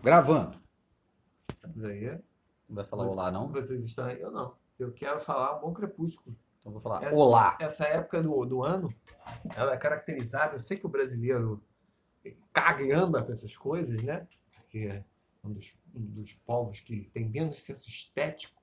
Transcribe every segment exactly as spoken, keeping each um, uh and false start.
Gravando. Estamos aí. Não vai falar olá, não? Vocês estão aí? Eu não. Eu quero falar um bom crepúsculo. Então vou falar essa, olá. Essa época do, do ano, ela é caracterizada... Eu sei que o brasileiro caga e anda com essas coisas, né? Porque é um dos, um dos povos que tem menos senso estético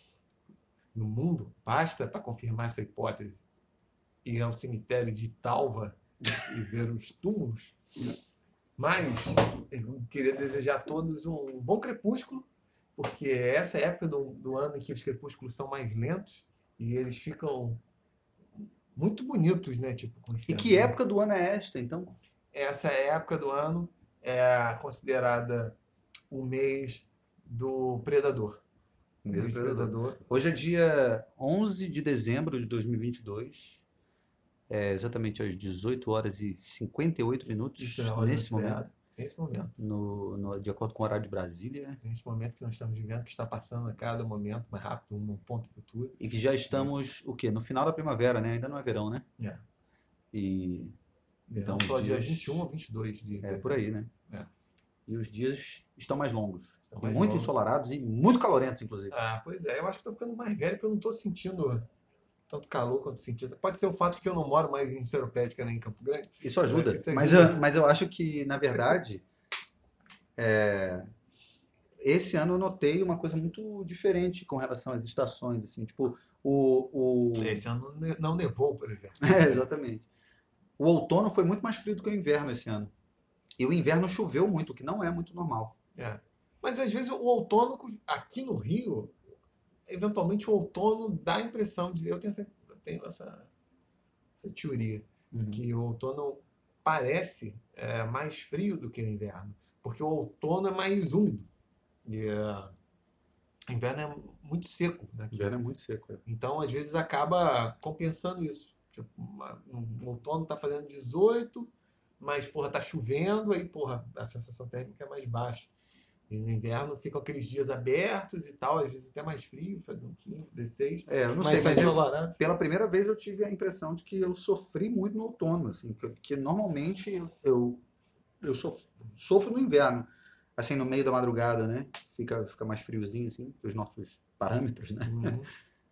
no mundo. Basta para confirmar essa hipótese ir ao cemitério de Talva e ver os túmulos. Mas eu queria desejar a todos um bom crepúsculo, porque essa é a época do, do ano em que os crepúsculos são mais lentos e eles ficam muito bonitos, né? Tipo, e que época do ano é esta, então? Essa época do ano é considerada o mês do Predador. O mês do Predador. Predador. Hoje é dia onze de dezembro de dois mil e vinte e dois. É exatamente às dezoito horas e cinquenta e oito minutos. Isso é nesse momento. Nesse momento. No, no, de acordo com o horário de Brasília. Nesse momento que nós estamos vivendo, que está passando a cada momento mais rápido, um ponto futuro. E que já estamos, Isso. o quê? No final da primavera, né? Ainda não é verão, né? É. E... Então, só dias... dia vinte e um ou vinte e dois de É, por aí, né? É. E os dias estão mais longos. Estão mais muito longos. ensolarados e muito calorentos, inclusive. Ah, pois é. Eu acho que estou ficando mais velho porque eu não estou sentindo tanto calor quanto sentia. Pode ser o fato que eu não moro mais em Seropédica, nem em Campo Grande. Isso ajuda. Isso ajuda. Mas, eu, mas eu acho que, na verdade, é, esse ano eu notei uma coisa muito diferente com relação às estações. Assim, tipo, o, o... Esse ano não nevou, por exemplo. É, exatamente. O outono foi muito mais frio do que o inverno esse ano. E o inverno choveu muito, o que não é muito normal. É. Mas às vezes o outono, aqui no Rio, eventualmente o outono dá a impressão de... Eu tenho essa, eu tenho essa, essa teoria, uhum. que o outono parece é, mais frio do que o inverno, porque o outono é mais úmido. E uh, o inverno é muito seco. Né? O inverno é muito seco. É. Então, às vezes, acaba compensando isso. Tipo, no outono tá fazendo dezoito, mas, porra, tá chovendo, aí, porra, a sensação térmica é mais baixa. E no inverno ficam aqueles dias abertos e tal, às vezes até mais frio, fazendo quinze, dezesseis. É, eu não mas sei, mas eu, pela primeira vez eu tive a impressão de que eu sofri muito no outono, assim, que, que normalmente eu, eu, eu sofro, sofro no inverno, assim, no meio da madrugada, né? Fica, fica mais friozinho, assim, os nossos parâmetros, né? Uhum.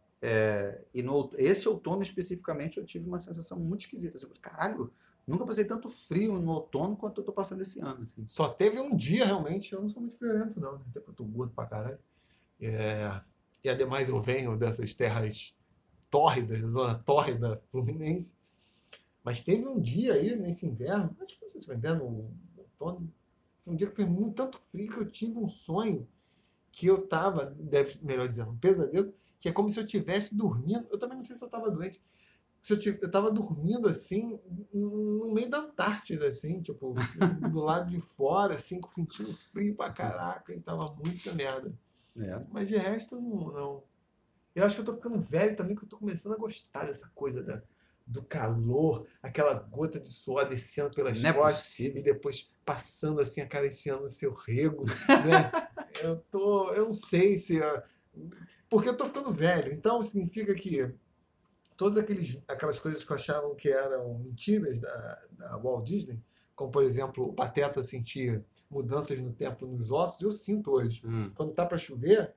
É, e no, esse outono especificamente eu tive uma sensação muito esquisita, assim, caralho, nunca passei tanto frio no outono quanto eu tô passando esse ano. Assim. Só teve um dia, realmente, eu não sou muito friorento, não. Né? Até porque eu tô gordo pra caralho. É... E ademais eu venho dessas terras tórridas, zona tórrida fluminense. Mas teve um dia aí, nesse inverno, acho que não sei se foi inverno ou outono, foi um dia que fez muito tanto frio que eu tive um sonho que eu tava, deve, melhor dizendo, um pesadelo, que é como se eu estivesse dormindo. Eu também não sei se eu tava doente. Se eu, tive, eu tava dormindo, assim, no meio da Antártida, assim, tipo, do lado de fora, assim, sentindo frio pra caraca, e tava muita merda. É. Mas de resto, não, não. Eu acho que eu tô ficando velho também, que eu tô começando a gostar dessa coisa da, do calor, aquela gota de suor descendo pelas não costas é e depois passando, assim, acariciando o seu rego, né? eu tô, eu não sei se... Porque eu tô ficando velho, então significa que todas aqueles, aquelas coisas que eu achavam que eram mentiras da, da Walt Disney, como, por exemplo, o Pateta sentir mudanças no tempo nos ossos, eu sinto hoje. Hum. Quando tá para chover,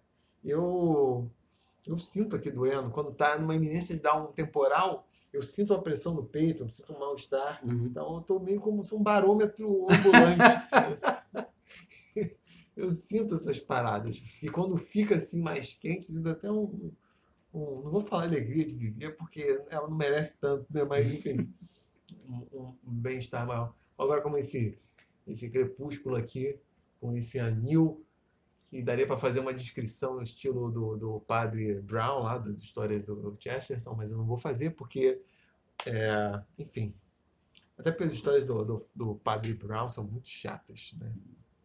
eu, eu sinto aqui doendo. Quando tá numa iminência de dar um temporal, eu sinto uma pressão no peito, eu sinto um mal-estar. Uhum. Então, eu tô meio como um barômetro ambulante. assim, eu sinto essas paradas. E quando fica assim mais quente, dá até um... Um, não vou falar alegria de viver, porque ela não merece tanto, né? Mas, enfim, um, um bem-estar maior. Agora, como esse, esse crepúsculo aqui, com esse anil, que daria para fazer uma descrição no estilo do, do Padre Brown, lá das histórias do Chesterton, mas eu não vou fazer, porque, é, enfim, até porque as histórias do, do, do Padre Brown são muito chatas, né?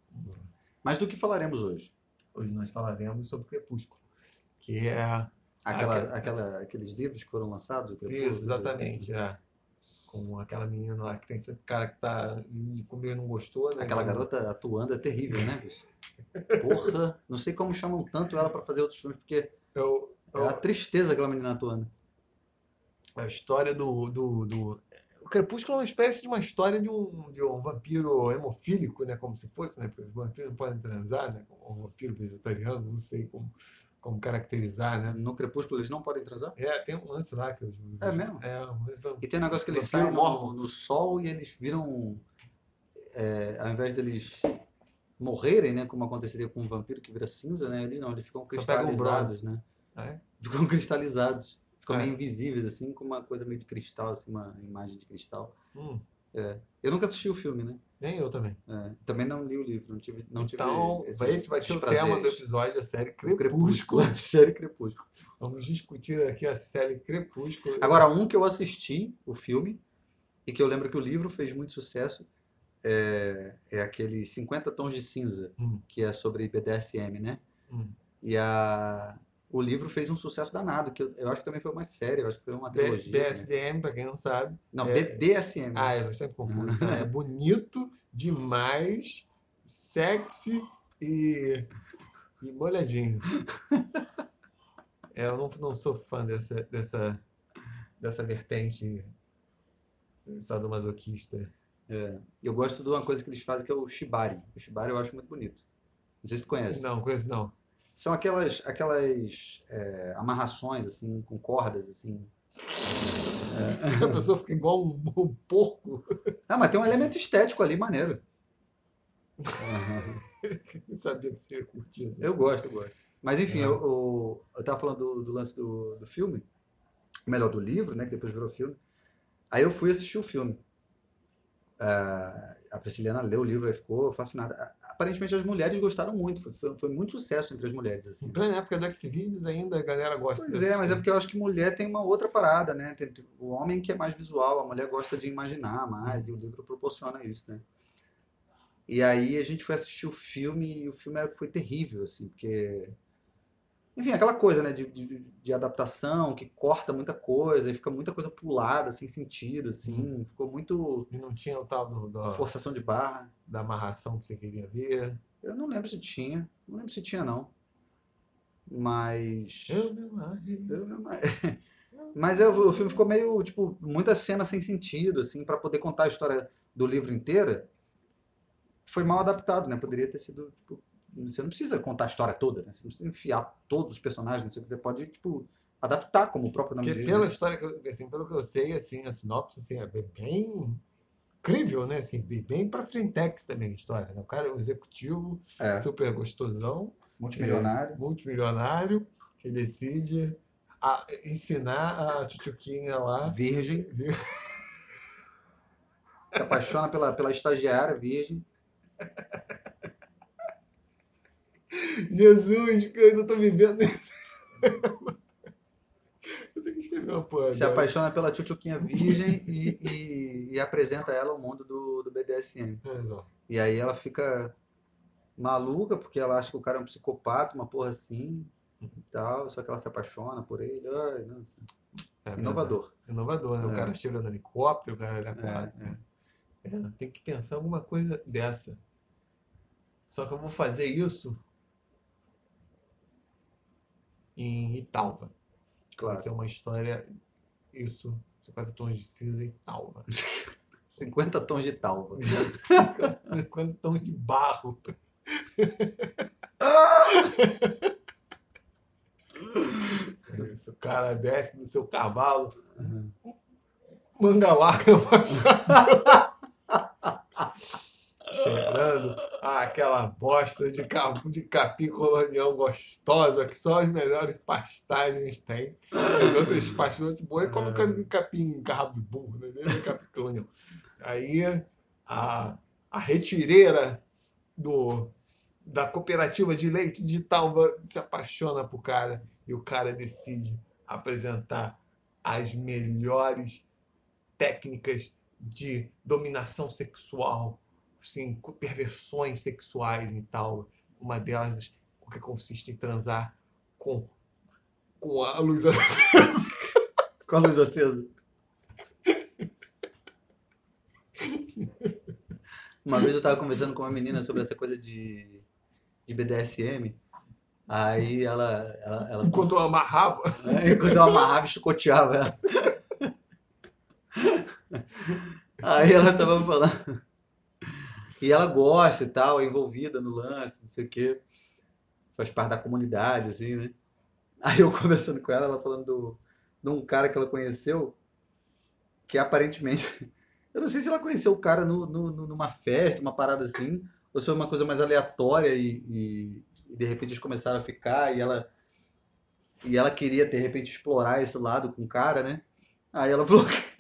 Mas do que falaremos hoje? Hoje nós falaremos sobre o crepúsculo, que é... Aquela, aquela, aquela, aqueles livros que foram lançados? Isso, exatamente. É. Com aquela menina lá que tem esse cara que tá comigo não gostou, né? Aquela garota atuando é terrível, né, bicho? Porra, não sei como chamam tanto ela para fazer outros filmes, porque eu, eu, é a tristeza aquela menina atuando. A história do, do, do... o Crepúsculo é uma espécie de uma história de um, de um vampiro hemofílico, né? Como se fosse, né? Porque os vampiros não podem transar, né? Um vampiro vegetariano, não sei como, como caracterizar, né? No Crepúsculo eles não podem transar? É, tem um lance lá que os, É mesmo? É, um, E tem um negócio que eles vampiro saem no, mormon. no sol e eles viram, é, ao invés deles morrerem, né, como aconteceria com um vampiro que vira cinza, né, eles não, eles ficam Só pegam cristalizados, bronze. né? Ah, é? Ficam cristalizados, ficam Ah, meio é? invisíveis, assim, com uma coisa meio de cristal, assim, uma imagem de cristal. Hum, É. Eu nunca assisti o filme, né? nem eu também. É. Também não li o livro, não tive, não tive Então, esses, esse vai ser esses o tema do prazeres. episódio, a série O Crepúsculo. A série Crepúsculo. Vamos discutir aqui a série Crepúsculo. Agora, um que eu assisti, o filme, e que eu lembro que o livro fez muito sucesso, é, é aquele cinquenta Tons de Cinza, Hum, que é sobre B D S M, né? hum. E a, o livro fez um sucesso danado, que eu, eu acho que também foi uma série, eu acho que foi uma B- trilogia. Né? BSDM, para quem não sabe. Não, é- B D S M. Ah, eu sempre confundo. Então, é bonito demais, sexy e, e molhadinho. É, eu não, não sou fã dessa, dessa, dessa vertente sadomasoquista. É. Eu gosto de uma coisa que eles fazem que é o shibari. O shibari eu acho muito bonito. Não sei se tu conhece. Não, conheço não. São aquelas, aquelas é, amarrações, assim, com cordas, assim. A pessoa fica igual um, um porco. Ah, mas tem um elemento estético ali, maneiro. Não sabia que você ia curtir assim. Eu gosto, eu gosto. Mas enfim, É. eu, eu, eu tava falando do, do lance do, do filme, melhor, do livro, né, que depois virou filme. Aí eu fui assistir o filme. Ah, a Prisciliana leu o livro e ficou fascinada. Aparentemente as mulheres gostaram muito, foi, foi, foi muito sucesso entre as mulheres. Assim. Em plena época do Xvideos ainda a galera gosta Pois desse é, mas é tipo. porque eu acho que mulher tem uma outra parada, né? Tem, tem- o homem que é mais visual, a mulher gosta de imaginar mais, e o livro proporciona isso, né? E aí a gente foi assistir o filme e o filme era- foi terrível, assim, porque... Enfim, aquela coisa, né, de, de, de adaptação, que corta muita coisa, e fica muita coisa pulada, sem sentido, assim, ficou muito E não tinha o tal do, do- forçação de barra. da amarração que você queria ver. Eu não lembro se tinha, não lembro se tinha, não. Mas... Eu me amarrei. Eu não- Mas é, o filme ficou meio, tipo, muita cena sem sentido, assim, para poder contar a história do livro inteira. Foi mal adaptado, né? Poderia ter sido, tipo, você não precisa contar a história toda, né? Você não precisa enfiar todos os personagens, não sei o que, você pode, tipo, adaptar, como o próprio nome Porque diz. pela Né? história, que eu, assim, pelo que eu sei, assim, a sinopse assim, é bem incrível, né? Assim, bem- bem pra frentex também a história. Né? O cara é um executivo, É, super gostosão, multimilionário. multimilionário, que decide a- ensinar a tchutchuquinha lá. Virgem, se apaixona pela, pela estagiária virgem. Jesus, que eu ainda tô vivendo isso. Eu tenho que escrever uma porra. Se dessa. apaixona pela tchutchuquinha virgem e, e, e apresenta ela ao mundo do, do B D S M. Olha só. E aí ela fica maluca, porque ela acha que o cara é um psicopata, uma porra assim, e tal, só que ela se apaixona por ele. Ai, nossa. É Inovador. verdade. Inovador, né? O É. cara chega no helicóptero, o cara olha pra É, é. É, tem que pensar alguma coisa dessa. Só que eu vou fazer isso em Italva. Vai Claro. ser uma história, isso, cinquenta tons de cinza e Italva. cinquenta tons de talva. cinquenta tons de barro. É isso, o cara desce do seu cavalo, Uhum. manga larga, cheirando ah, aquela bosta de, capim, de capim colonial gostosa que só as melhores pastagens têm. Tem outras pastagens boas, como É. capim carrabo de burro, né? Nem capim colonial. Aí a, a retireira do, da cooperativa de leite de Talva se apaixona por cara e o cara decide apresentar as melhores técnicas de dominação sexual, assim, com perversões sexuais e tal. Uma delas que consiste em transar com, com a luz acesa. Com a luz acesa. Uma vez eu tava conversando com uma menina sobre essa coisa de, de B D S M. Aí ela, ela, ela Enquanto eu amarrava. É, enquanto eu amarrava e chicoteava ela. Aí ela tava falando. E ela gosta e tal, é envolvida no lance, não sei o quê. Faz parte da comunidade, assim, né? Aí eu conversando com ela, ela falando do, de um cara que ela conheceu, que aparentemente. Eu não sei se ela conheceu o cara no, no- no- numa festa, uma parada assim, ou se foi uma coisa mais aleatória e, e- e de repente eles começaram a ficar e ela, e ela queria de repente explorar esse lado com o cara, né? Aí ela falou que.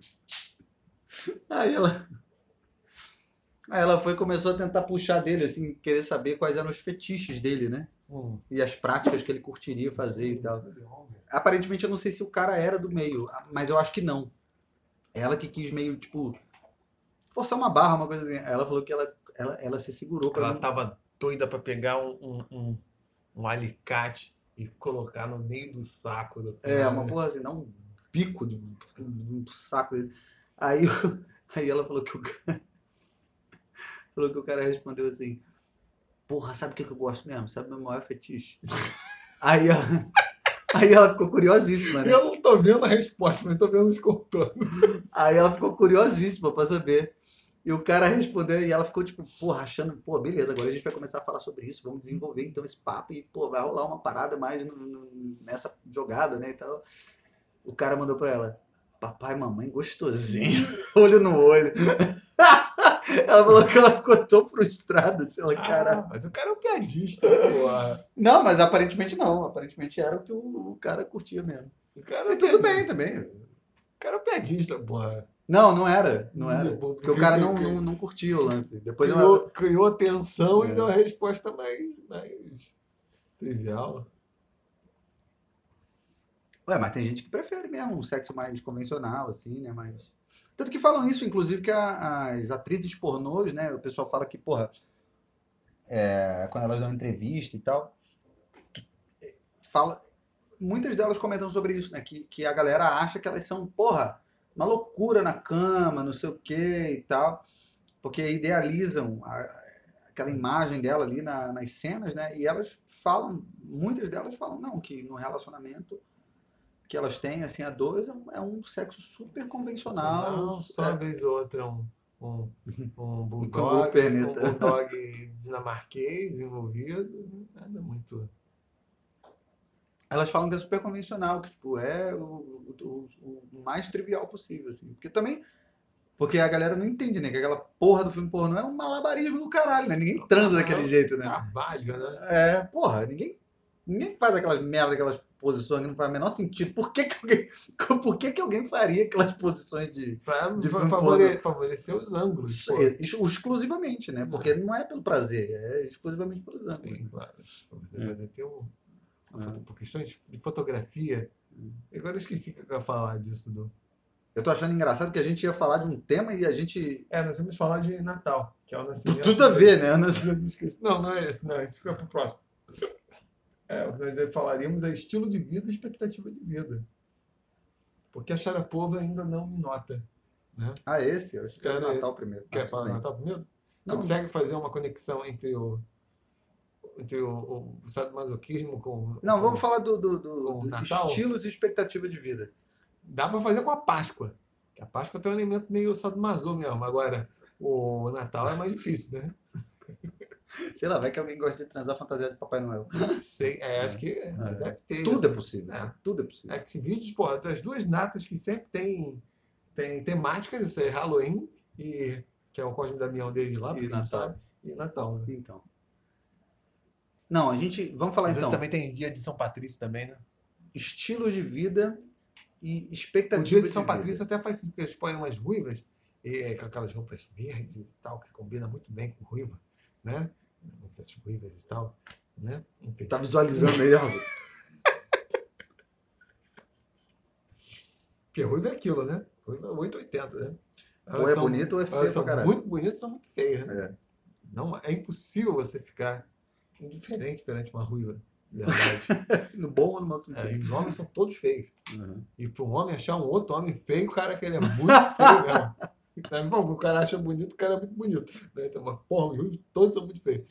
Aí ela, aí ela foi e começou a tentar puxar dele, assim, querer saber quais eram os fetiches dele, né? Hum. E as práticas que ele curtiria fazer e tal. Aparentemente eu não sei se o cara era do meio, mas eu acho que não. Ela que quis meio, tipo, forçar uma barra, uma coisa assim. Ela falou que ela, ela, ela se segurou pra Ela não. tava doida pra pegar um, um, um, um alicate e colocar no meio do saco do cara. É, uma porra assim, dá um bico de um, um saco dele. Aí, eu- aí ela falou que o cara, falou que o cara respondeu assim, porra, sabe o que que eu gosto mesmo? Sabe o meu maior fetiche? Aí ela, aí ela ficou curiosíssima, né? Eu não tô vendo a resposta, mas tô vendo os contornos. Aí ela ficou curiosíssima pra saber. E o cara respondeu, e ela ficou tipo, porra, achando, pô, beleza, agora a gente vai começar a falar sobre isso, vamos desenvolver então esse papo e, pô, vai rolar uma parada mais no- no- nessa jogada, né, e tal. O cara mandou pra ela, papai e mamãe gostosinho, olho no olho. Ela falou que ela ficou tão frustrada, assim, ela, cara. Ah, mas o cara é um piadista, porra. Não, mas aparentemente não, aparentemente era o que o, o cara curtia mesmo. O cara é E um tudo piadista. bem também. O cara é um piadista, porra. Não, não era, não era. Hum, Porque o cara não, não, não curtia o lance. Depois ela, Criou, criou tensão É. e deu a resposta mais, mais trivial. Ué, mas tem gente que prefere mesmo um sexo mais convencional, assim, né? Mas... Tanto que falam isso, inclusive, que a- as atrizes pornôs, né? O pessoal fala que, porra, é, quando elas dão entrevista e tal, fala, muitas delas comentam sobre isso, né? Que, que a galera acha que elas são, porra, uma loucura na cama, não sei o quê e tal, porque idealizam a- aquela imagem dela ali na- nas cenas, né? E elas falam, muitas delas falam, não, que no relacionamento que elas têm, assim, a dois, é um, é um sexo super convencional. Não, só é, uma vez ou outra um, um, um canguru bulldog, um perneta. bulldog dinamarquês envolvido. Nada muito. Elas falam que é super convencional, que tipo, é o, o- o mais trivial possível, assim. Porque também, porque a galera não entende, né? Que aquela porra do filme pornô é um malabarismo do caralho, né? Ninguém transa daquele jeito, né? Trabalho, né? É, porra, ninguém, ninguém faz aquelas merda, aquelas posições que não faz o menor sentido. Por que que alguém, por que que alguém faria aquelas posições de... Pra De fa- filme favore- pornô. favorecer os ângulos. pô. ex- exclusivamente, né? Porque não é pelo prazer, é exclusivamente pelos ângulos. Sim, claro. Você É. vai ter um. É. Por questões de fotografia. Agora eu esqueci que eu ia falar disso. Do... Eu tô achando engraçado que a gente ia falar de um tema e a gente... É, nós vamos falar de Natal, que é o nascimento. Tudo a ver, né? de Jesus Cristo. Não, não é esse, não. Esse fica pro próximo. É, nós falaríamos é estilo de vida e expectativa de vida. Porque a Sharapova ainda não me nota. Né? Ah, esse? Eu acho que era Era o Natal esse. primeiro. Quer Ah, falar tudo bem. Natal primeiro? Você Não. consegue fazer uma conexão entre o, entre o, o sadomasoquismo com. Não, com- vamos falar do, do, do- com do Natal? estilos e expectativa de vida. Dá para fazer com a Páscoa. Que a Páscoa tem um elemento meio sadomaso mesmo. Agora, o Natal é mais difícil, né? Sei lá, vai que alguém gosta de transar fantasia de Papai Noel. Não sei. É, acho que deve ter. Tudo é isso. possível. É. Tudo é possível. É que vídeos, porra, as duas datas que sempre tem, tem temáticas, isso é Halloween, e, que é o Cosme Damião dele lá, E porque não Natal. sabe, e Natal. Né? Então. Não, a gente. Vamos falar Às vezes então. também tem dia de São Patrício também, né? Estilos de vida e O expectativa dia de São vida. Patrício até faz sentido, porque eles põem umas ruivas, e, com aquelas roupas verdes e tal, que combina muito bem com ruiva, né? Muitas ruivas e tal, né? Enfim. Tá visualizando aí, ó. Porque ruiva é aquilo, né? Ruiva é oito e oitenta, né? Ou é bonito ou é elas feio são pra caralho. muito bonitas, são muito feias, né? É. Não, é impossível você ficar indiferente perante uma ruiva. Verdade. No bom ou no mau É, sentido. e os homens são todos feios. Uhum. E para um homem achar um outro homem feio, o cara que ele é muito feio mesmo. Né? Bom, o cara acha bonito, o cara é muito bonito. Né? Então, uma porra, os ruivos todos são muito feios.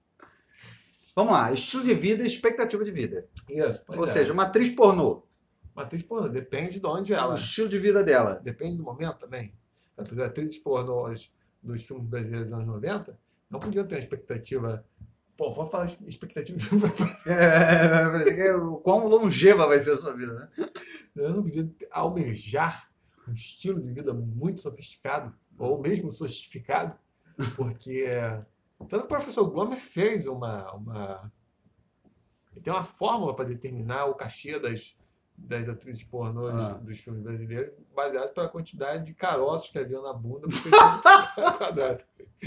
Vamos lá, estilo de vida e expectativa de vida. Isso, pois Ou é. seja, uma atriz pornô. Uma atriz pornô, depende de onde O ela... estilo de vida dela. Depende do momento também. As atrizes pornôs dos filmes brasileiros dos anos noventa não podiam ter uma expectativa... Pô, vamos falar de expectativa... É, parece que é o quão longeva vai ser a sua vida, né? Eu não podia almejar um estilo de vida muito sofisticado, ou mesmo sofisticado, porque tanto o professor Glomer fez uma... uma ele tem uma fórmula para determinar o cachê das, das atrizes pornôs ah. dos filmes brasileiros, baseado pela quantidade de caroços que havia na bunda por centímetro quadrado.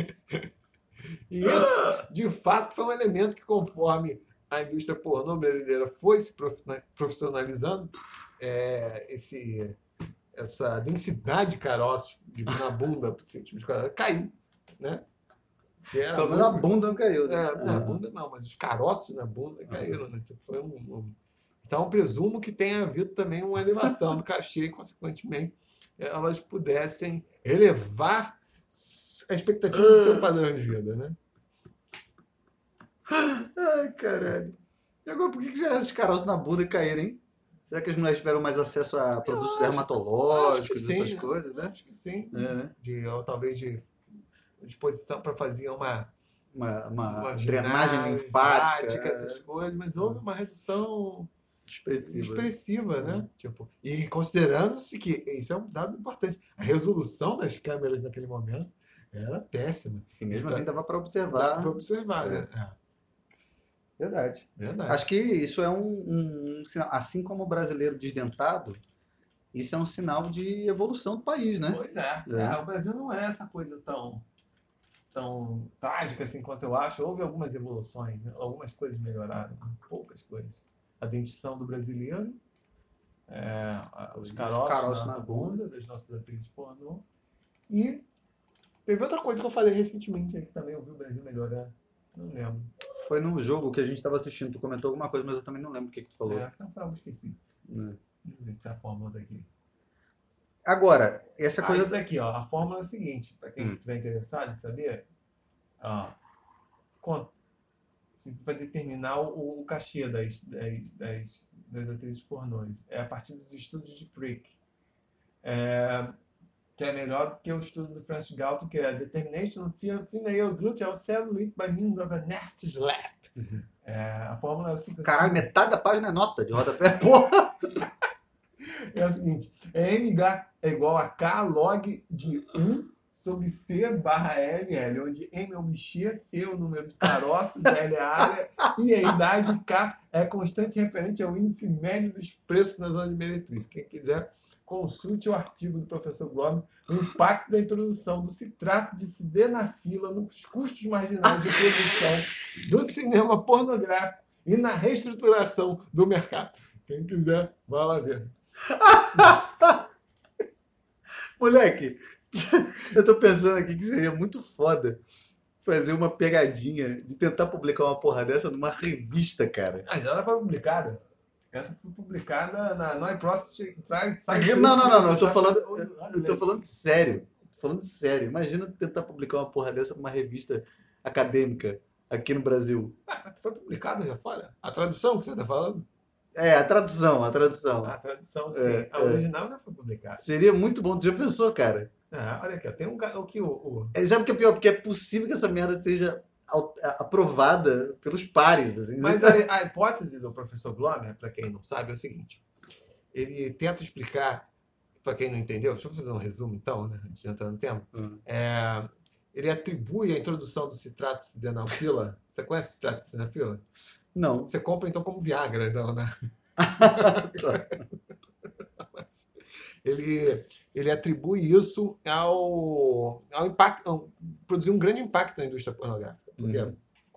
E isso, de fato, foi um elemento que, conforme a indústria pornô brasileira foi se profissionalizando, é, esse, essa densidade de caroços de, na bunda por centímetro quadrado caiu, né? Pelo menos a bunda não caiu. Né? É, não, a bunda não, mas os caroços na bunda caíram. Né? Foi um, um... Então, presumo que tenha havido também uma elevação do cachê e, consequentemente, elas pudessem elevar a expectativa do seu padrão de vida, né? Ai, caralho. E agora, por que será esses caroços na bunda caíram, hein? Será que as mulheres tiveram mais acesso a produtos acho, dermatológicos, sim, essas coisas, né? Acho que sim. É, né? De, ou talvez de disposição para fazer uma, uma, uma, uma drenagem linfática, é. essas coisas, mas houve uma redução expressiva, expressiva né? Uhum. Tipo, e considerando-se que, isso é um dado importante, a resolução das câmeras naquele momento era péssima. E mesmo então, assim dava para observar. Dava para observar, é. né? É. Verdade. Verdade. Acho que isso é um, um, um sinal, assim como o brasileiro desdentado, isso é um sinal de evolução do país, né? Pois é. é. é o Brasil não é essa coisa tão, tão trágica assim quanto eu acho. Houve algumas evoluções, né? Algumas coisas melhoraram, poucas coisas. A dentição do brasileiro, é, os caroços, caroços na, na bunda das nossas atrizes pornô. E teve outra coisa que eu falei recentemente aí que também eu vi o Brasil melhorar. Não lembro. Foi no jogo que a gente estava assistindo. Tu comentou alguma coisa, mas eu também não lembro o que, que tu falou. É, então foi algo que eu esqueci. É. Vamos ver se tem a fórmula daqui. Agora, essa ah, coisa... Isso daqui, ó. A fórmula é o seguinte, para quem hum. estiver interessado em saber, ó, para determinar o, o cachê das, das, das, das atrizes pornôs. É a partir dos estudos de Prick. É... que é melhor do que o estudo do Francis Galton, que é Determination of Female Gluteal Cellulite by means of a nasty slap. Uhum. É, a fórmula é o seguinte... Caralho, metade da página é nota de rodapé, porra! É o seguinte, é M H é igual a K log de um sobre C barra L L, onde M é o bichê, C é o número de caroços, L é a área, e a idade, K é constante referente ao índice médio dos preços na zona de meretriz. Quem quiser... consulte o artigo do professor Glomer, o impacto da introdução do citrato de sildenafila nos custos marginais de produção do cinema pornográfico e na reestruturação do mercado. Quem quiser, vai lá ver. Moleque, eu tô pensando aqui que seria muito foda fazer uma pegadinha de tentar publicar uma porra dessa numa revista, cara. Mas ela foi publicada. Essa foi publicada na No Process. Não, não, não, não. Eu tô falando, eu tô falando sério. Tô falando sério. Imagina tentar publicar uma porra dessa numa revista acadêmica aqui no Brasil. Ah, foi publicada já fora? A tradução que você tá falando? É, a tradução, a tradução. A tradução, sim. É, a original é. já foi publicada. Seria muito bom. Tu já pensou, cara? Ah, olha aqui, ó. Tem um... O que o... o... É, sabe o que é pior? Porque é possível que essa merda seja aprovada pelos pares. Assim. Mas a, a hipótese do professor Glomer, para quem não sabe, é o seguinte. Ele tenta explicar, para quem não entendeu, deixa eu fazer um resumo então, né, antes de entrar no tema. Uhum. É, ele atribui a introdução do citrato de sildenafila. Você conhece o citrato de sildenafila? Não. Você compra então como Viagra, então, né? ele, ele atribui isso ao, ao impacto, ao produzir um grande impacto na indústria pornográfica. Porque, uhum.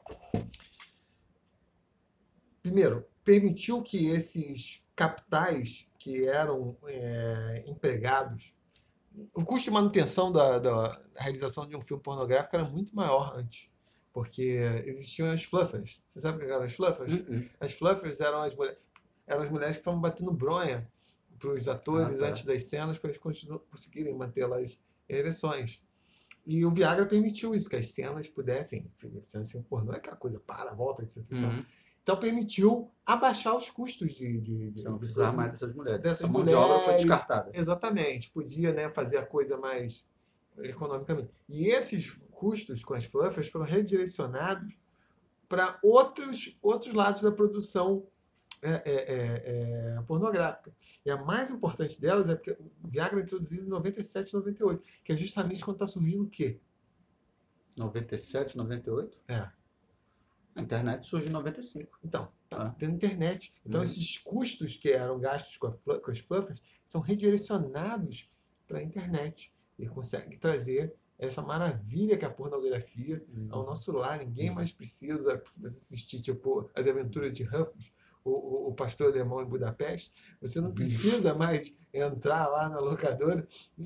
primeiro, permitiu que esses capitais que eram é, empregados, o custo de manutenção da, da realização de um filme pornográfico era muito maior antes, porque existiam as fluffers. Você sabe o que eram as fluffers? Uhum. As fluffers eram as, mulher, eram as mulheres que estavam batendo bronha para os atores ah, tá. antes das cenas, para eles conseguirem manter lá as ereções. E o Viagra permitiu isso, que as cenas pudessem... Cenas assim, pornô é aquela coisa, para, volta, etcétera. Uhum. Então permitiu abaixar os custos de, de, de, Você não de precisava produzir. mais dessas mulheres. Dessas a mão de obra foi mulheres. descartada. Exatamente. Podia, né, fazer a coisa mais economicamente. E esses custos com as fluffers foram redirecionados para outros, outros lados da produção é, é, é, é, pornográfica. E a mais importante delas é porque o Viagra é introduzido em noventa e sete, noventa e oito, que é justamente quando está surgindo o quê? noventa e sete, noventa e oito? É. A internet surge em noventa e cinco. Então, tá Ah. tendo internet. Então, Uhum. esses custos que eram gastos com, a, com as fluffers são redirecionados para a internet. E consegue trazer essa maravilha que é a pornografia Uhum. ao nosso lar. Ninguém mais precisa assistir, tipo, As Aventuras de Ruffles, o, o, o Pastor Alemão em Budapeste. Você não precisa mais entrar lá na locadora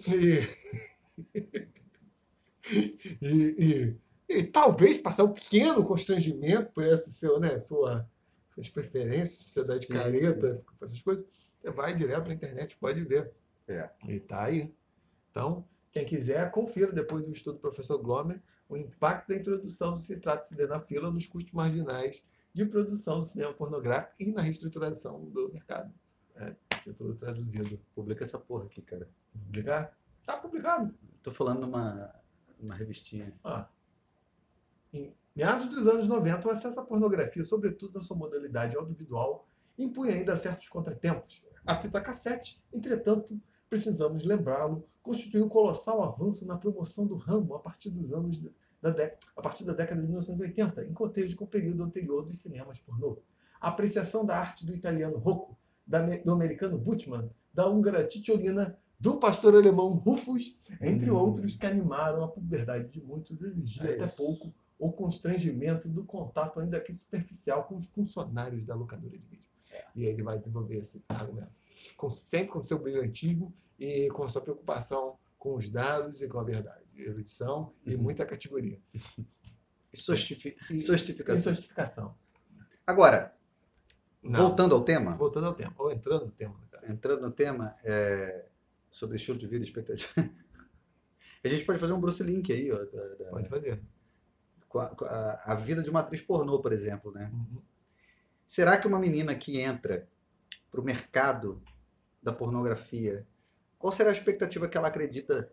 e... e, e E talvez passar um pequeno constrangimento por essa seu, né, sua, suas preferências, sociedade Sim, careta, essas coisas. Você vai direto na internet, pode ver. É. E tá aí. Então, quem quiser, confira depois o estudo do professor Glomer, o impacto da introdução do citrato de sildenafila nos custos marginais de produção do cinema pornográfico e na reestruturação do mercado. É, título traduzido. Publica essa porra aqui, cara. Publicar? Tá publicado. Tô falando numa, numa revistinha. Ah. Em meados dos anos noventa, o acesso à pornografia, sobretudo na sua modalidade audiovisual, impunha ainda certos contratempos. A fita cassete, entretanto, precisamos lembrá-lo, constituiu um colossal avanço na promoção do ramo a partir dos anos da década, a partir da década de mil novecentos e oitenta, em contexto com o período anterior dos cinemas pornô. A apreciação da arte do italiano Rocco, da, do americano Butchman, da húngara Titiolina, do pastor alemão Rufus, entre Hum. outros que animaram a puberdade de muitos, exigia É até isso. pouco o constrangimento do contato ainda que superficial com os funcionários da locadora de vídeo. É. E aí ele vai desenvolver esse argumento. Com, sempre com seu brilhantismo e com a sua preocupação com os dados e com a verdade. Erudição e Uhum. muita categoria. Sostifi- E, Sostificação. e sofisticação. Agora, Não. voltando ao tema, Voltando ao tema. Ou entrando no tema. Cara. entrando no tema é, sobre estilo de vida e expectativa. A gente pode fazer um Bruce Link aí, ó, da, da, Pode fazer. com a, com a- a vida de uma atriz pornô, por exemplo, né? Uhum. Será que uma menina que entra para o mercado da pornografia, qual será a expectativa que ela acredita,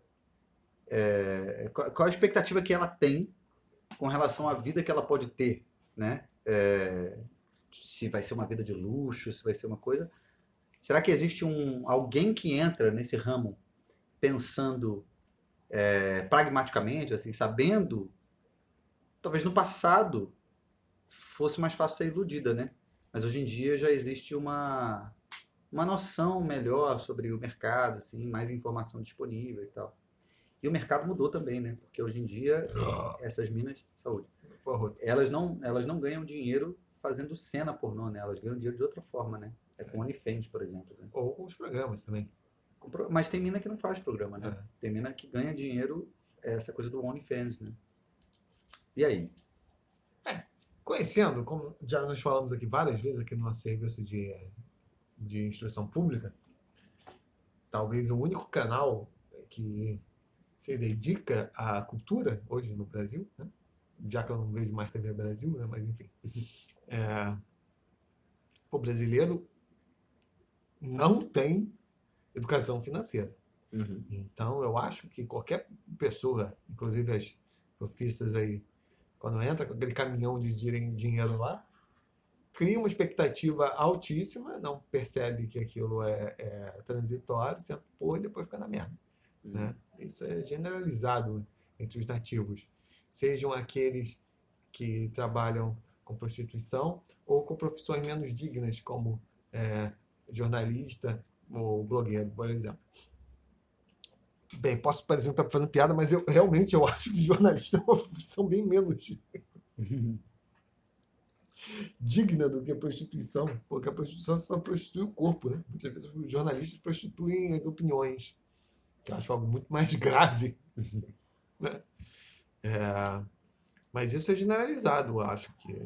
é, qual, qual a expectativa que ela tem com relação à vida que ela pode ter, né? É, se vai ser uma vida de luxo, se vai ser uma coisa. Será que existe um alguém que entra nesse ramo pensando é, pragmaticamente, assim, sabendo, talvez no passado fosse mais fácil ser iludida, né? Mas hoje em dia já existe uma uma noção melhor sobre o mercado, assim, mais informação disponível e tal. E o mercado mudou também, né? Porque hoje em dia essas minas, saúde, Por favor. elas não elas não ganham dinheiro fazendo cena pornô, né? Elas ganham dinheiro de outra forma, né? É com OnlyFans, por exemplo. Né? Ou com os programas também. Com pro- Mas tem mina que não faz programa, né? É. Tem mina que ganha dinheiro, é essa coisa do OnlyFans, né? E aí? Conhecendo, como já nós falamos aqui várias vezes aqui no nosso serviço de, de instrução pública, talvez o único canal que se dedica à cultura hoje no Brasil, né? Já que eu não vejo mais T V Brasil, né? Mas enfim. É, o brasileiro não tem educação financeira. Uhum. Então, eu acho que qualquer pessoa, inclusive as profissas aí, quando entra com aquele caminhão de din- dinheiro lá, cria uma expectativa altíssima, não percebe que aquilo é, é transitório, senta porra e depois fica na merda. Uhum. Né? Isso é generalizado entre os nativos. Sejam aqueles que trabalham com prostituição ou com profissões menos dignas, como é, jornalista ou blogueiro, por exemplo. Bem, posso parecer que estou fazendo piada, mas eu realmente eu acho que jornalista é uma profissão bem menos digna do que a prostituição, porque a prostituição só prostitui o corpo, né? Muitas vezes os jornalistas prostituem as opiniões, que eu acho algo muito mais grave. Né? É, mas isso é generalizado, eu acho que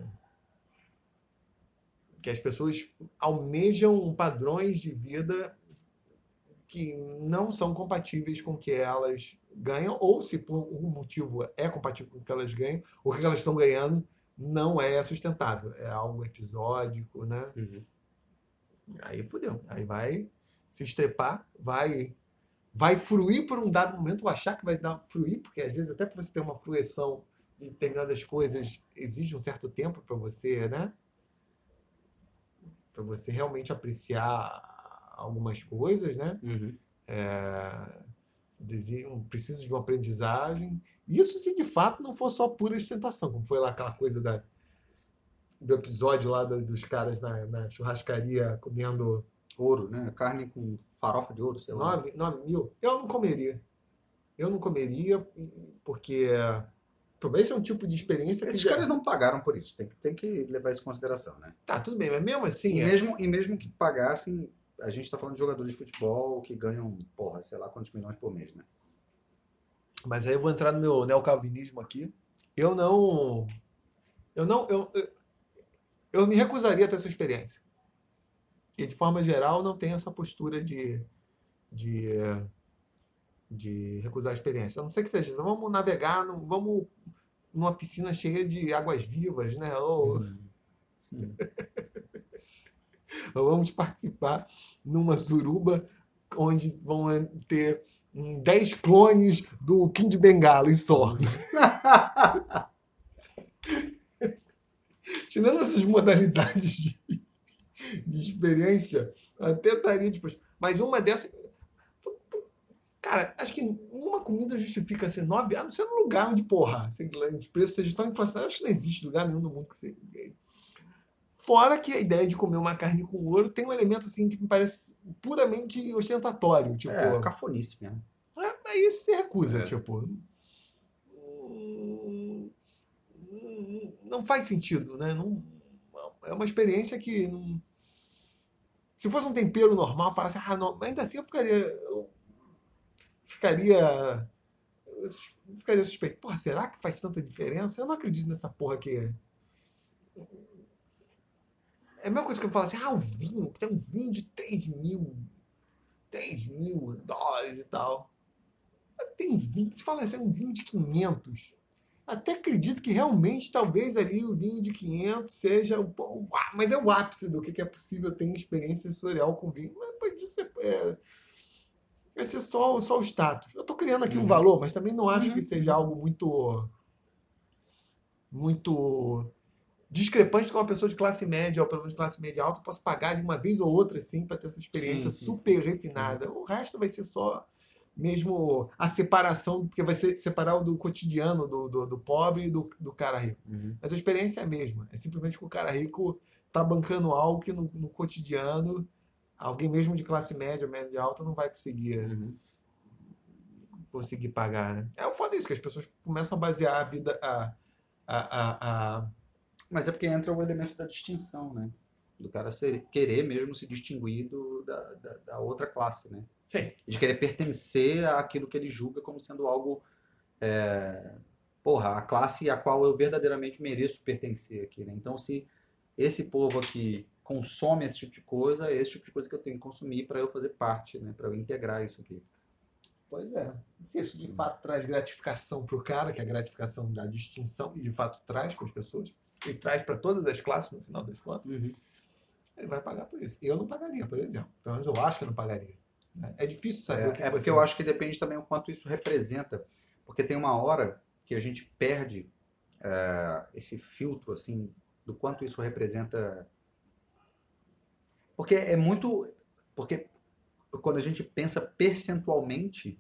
que as pessoas almejam padrões de vida que não são compatíveis com o que elas ganham, ou se por algum motivo é compatível com o que elas ganham, ou o que elas estão ganhando não é sustentável. É algo episódico, né? Uhum. Aí fodeu. Aí vai se estrepar, vai, vai fruir por um dado momento, ou achar que vai dar fruir, porque às vezes até para você ter uma fruição de determinadas coisas exige um certo tempo para você, né? Para você realmente apreciar algumas coisas, né? Uhum. É, desejam, precisam de uma aprendizagem. Isso se de fato não for só pura ostentação, como foi lá aquela coisa da, do episódio lá da- dos caras na, na churrascaria comendo Ouro, né? Carne com farofa de ouro, sei lá. nove, nove mil. Eu não comeria. Eu não comeria porque esse é um tipo de experiência que Esses já... caras não pagaram por isso, tem que, tem que levar isso em consideração, né? Tá, tudo bem, mas mesmo assim... E é- mesmo, e mesmo que pagassem, a gente tá falando de jogadores de futebol que ganham, porra, sei lá quantos milhões por mês, né? Mas aí eu vou entrar no meu neocalvinismo aqui. Eu não... Eu não... Eu, eu, eu me recusaria a ter essa experiência. E, de forma geral, não tenho essa postura de, de, de recusar a experiência. A não ser que seja, vamos navegar, num- vamos numa piscina cheia de águas vivas, né? Ou, Hum. ou vamos participar numa suruba onde vão ter hum, dez clones do King de Bengala e só. Tirando essas modalidades de, de experiência, até estaria disposto. Mas uma dessas. Cara, acho que nenhuma comida justifica ser nove, a não ser num lugar onde, porra, sei lá, os preços sejam tão inflacionados. Acho que não existe lugar nenhum no mundo que seja. Fora que a ideia de comer uma carne com ouro tem um elemento assim que me parece puramente ostentatório. Tipo, É, cafonice mesmo. é, aí você recusa, É. tipo. hum, hum, Não faz sentido, né? Não, é uma experiência que. Não, se fosse um tempero normal, falasse, ah, não, ainda assim eu ficaria. Eu ficaria. Eu ficaria suspeito. Porra, será que faz tanta diferença? Eu não acredito nessa porra que. É a mesma coisa que eu falo assim, ah, o vinho, que tem um vinho de três mil, três mil dólares e tal. Mas tem um vinho, se fala assim, é um vinho de quinhentos. Até acredito que realmente, talvez ali o vinho de quinhentos seja o, o mas é o ápice do que é possível ter em experiência sensorial com vinho. Mas depois disso é, é, vai ser só, só o status. Eu estou criando aqui um Uhum. valor, mas também não acho Uhum. que seja algo muito muito discrepante com uma pessoa de classe média ou pelo menos de classe média alta. Eu posso pagar de uma vez ou outra assim para ter essa experiência Sim, sim, super sim. refinada. O resto vai ser só mesmo a separação, porque vai ser separar o do cotidiano do, do, do pobre e do, do cara rico. Uhum. Mas a experiência é a mesma. É simplesmente que o cara rico tá bancando algo que no, no cotidiano alguém mesmo de classe média, média alta não vai conseguir, Uhum. conseguir pagar, né? É o foda isso, que as pessoas começam a basear a vida, a, a, a, a... Mas é porque entra o elemento da distinção, né? Do cara ser, querer mesmo se distinguir do, da, da, da outra classe, né? Sim. De querer pertencer àquilo que ele julga como sendo algo, é, porra, a classe a qual eu verdadeiramente mereço pertencer aqui, né? Então, se esse povo aqui consome esse tipo de coisa, é esse tipo de coisa que eu tenho que consumir para eu fazer parte, né? Para eu integrar isso aqui. Pois é. Se isso de fato traz gratificação para o cara, que é a gratificação da distinção, e de fato traz para as pessoas, e traz para todas as classes no final das contas, Uhum. ele vai pagar por isso. Eu não pagaria, por exemplo. Pelo menos eu acho que eu não pagaria. É difícil saber É, o que é você... porque eu acho que depende também o quanto isso representa. Porque tem uma hora que a gente perde é, esse filtro, assim, do quanto isso representa. Porque é muito. Porque quando a gente pensa percentualmente,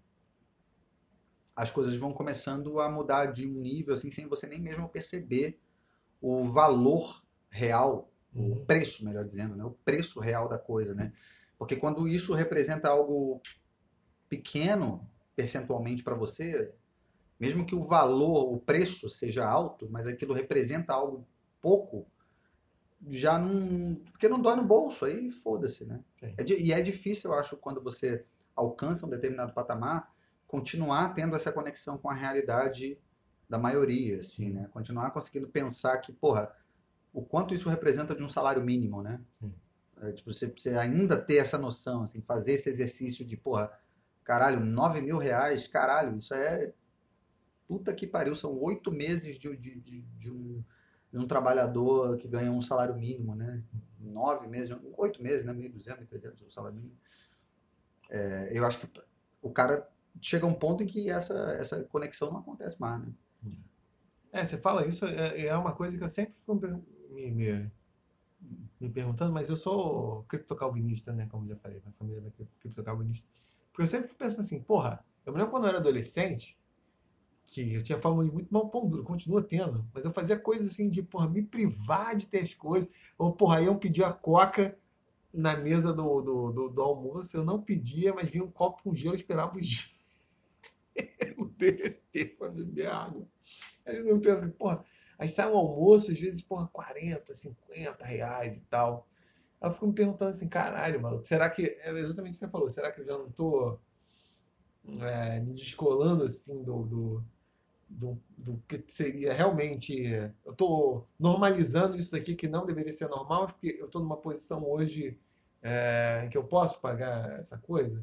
as coisas vão começando a mudar de um nível, assim, sem você nem mesmo perceber o valor real, o Uhum. preço, melhor dizendo, né? O preço real da coisa, né? Porque quando isso representa algo pequeno percentualmente para você, mesmo que o valor, o preço seja alto, mas aquilo representa algo pouco, já não. Porque não dói no bolso, aí foda-se, né? É, e é difícil, eu acho, quando você alcança um determinado patamar, continuar tendo essa conexão com a realidade da maioria, assim, né? Continuar conseguindo pensar que, porra, o quanto isso representa de um salário mínimo, né? Hum. É, tipo, você, você ainda ter essa noção, assim, fazer esse exercício de, porra, caralho, nove mil reais, caralho, isso é. Puta que pariu, são oito meses de, de, de, de um, de um trabalhador que ganha um salário mínimo, né? Nove meses, oito meses, né? mil e duzentos, mil e trezentos o salário mínimo. É, eu acho que o cara chega a um ponto em que essa, essa conexão não acontece mais, né? É, você fala isso, é, é uma coisa que eu sempre fico me, me, me perguntando, mas eu sou criptocalvinista, né? Como já falei, minha família é criptocalvinista. Porque eu sempre fico pensando assim, porra, eu me lembro quando eu era adolescente, que eu tinha fama de muito mal pão duro, continua tendo, mas eu fazia coisas assim de, porra, me privar de ter as coisas, ou, porra, aí eu pedia a coca na mesa do, do, do, do almoço, eu não pedia, mas vinha um copo com gelo, eu esperava o gelo derreter para beber água. Aí eu penso assim, porra, aí sai um almoço, às vezes, porra, quarenta, cinquenta reais e tal. Aí eu fico me perguntando assim, caralho, mano, será que, é exatamente o que você falou, será que eu já não tô é, me descolando assim do, do, do, do que seria realmente, eu tô normalizando isso aqui que não deveria ser normal, porque eu tô numa posição hoje é, em que eu posso pagar essa coisa.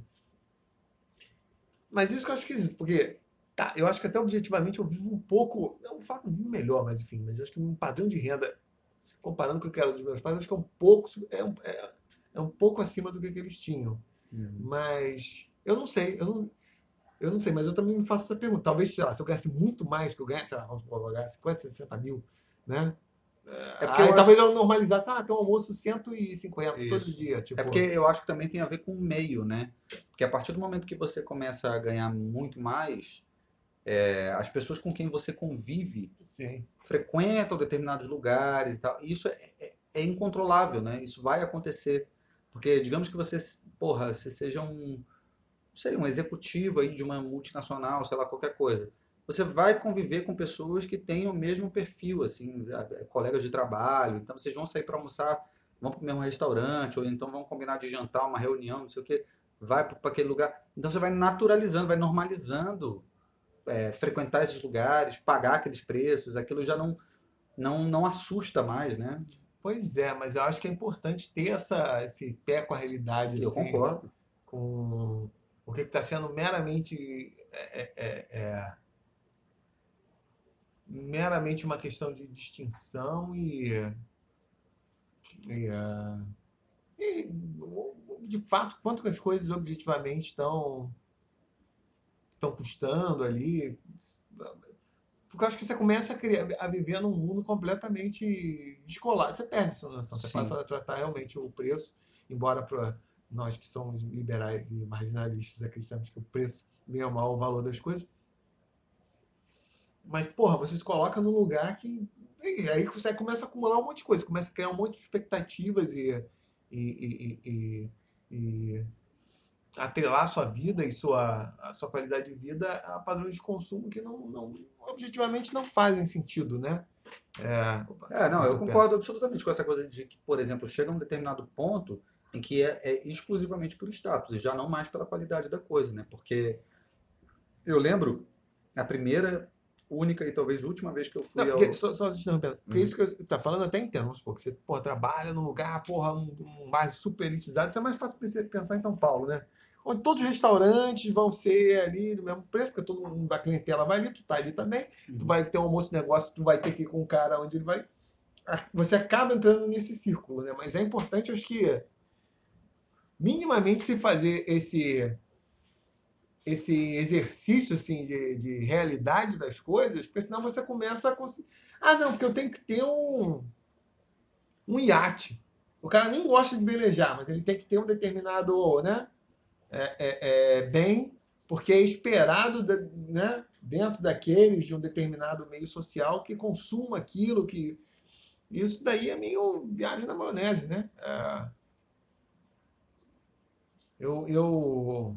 Mas isso que eu acho esquisito, porque tá, eu acho que até objetivamente eu vivo um pouco, não falo que eu vivo melhor, mas enfim, mas eu acho que um padrão de renda, comparando com o que era dos meus pais, acho que é um pouco, é um, é, é um pouco acima do que, que eles tinham. Uhum. Mas eu não sei, eu não, eu não sei, mas eu também me faço essa pergunta. Talvez, sei lá, se eu ganhasse muito mais, que eu ganhasse, sei lá, vamos supor, eu ganhasse cinquenta, sessenta mil, né? É porque Aí eu talvez acho, eu normalizasse, ah, tem um almoço cento e cinquenta todo isso. dia. Tipo, É porque eu acho que também tem a ver com o meio, né? Porque a partir do momento que você começa a ganhar muito mais, é, as pessoas com quem você convive sim, frequentam determinados lugares e tal. E isso é, é, é incontrolável, né? Isso vai acontecer. Porque digamos que você, porra, você seja um, não sei, um executivo aí de uma multinacional, sei lá, qualquer coisa. Você vai conviver com pessoas que têm o mesmo perfil, assim, colegas de trabalho. Então vocês vão sair para almoçar, vão para o mesmo restaurante, ou então vão combinar de jantar, uma reunião, não sei o quê. Vai para aquele lugar. Então você vai naturalizando, vai normalizando é, frequentar esses lugares, pagar aqueles preços. Aquilo já não, não, não assusta mais, né? pois é, mas eu acho que é importante ter essa, esse pé com a realidade, Eu assim, concordo. com o que está sendo meramente é, é, é, meramente uma questão de distinção e, e, é, e, de fato quanto que as coisas objetivamente estão estão custando ali, porque eu acho que você começa a, criar, a viver num mundo completamente descolado, você perde essa noção, você Sim. passa a tratar realmente o preço, embora para nós que somos liberais e marginalistas acreditamos que o preço bem ou mal o valor das coisas. Mas, porra, você se coloca num lugar que. E aí você começa a acumular um monte de coisa, começa a criar um monte de expectativas e, e, e, e, e atrelar a sua vida e sua, a sua qualidade de vida a padrões de consumo que não, não objetivamente não fazem sentido, né? É, opa, É, não, eu passou perto. concordo absolutamente com essa coisa de que, por exemplo, chega a um determinado ponto em que é, é exclusivamente por status, e já não mais pela qualidade da coisa, né? Porque eu lembro a primeira, única e talvez última vez que eu Não, fui porque, ao. só, só te interrompendo, porque Uhum. isso que você tá falando eu até entendo, vamos supor, que você porra, trabalha num lugar, porra, um, um bairro super elitizado, isso é mais fácil você pensar em São Paulo, né? Onde todos os restaurantes vão ser ali do mesmo preço, porque todo mundo da clientela vai ali, tu tá ali também, tu vai ter um almoço de negócio, tu vai ter que ir com um cara onde ele vai. Você acaba entrando nesse círculo, né? Mas é importante, acho que, minimamente se fazer esse esse exercício assim de, de realidade das coisas, porque senão você começa a conseguir. Ah, não, porque eu tenho que ter um, um iate. O cara nem gosta de velejar, mas ele tem que ter um determinado, né, é, é, é, bem, porque é esperado, né, dentro daqueles de um determinado meio social que consuma aquilo, que isso daí é meio viagem na maionese, né? É, eu, eu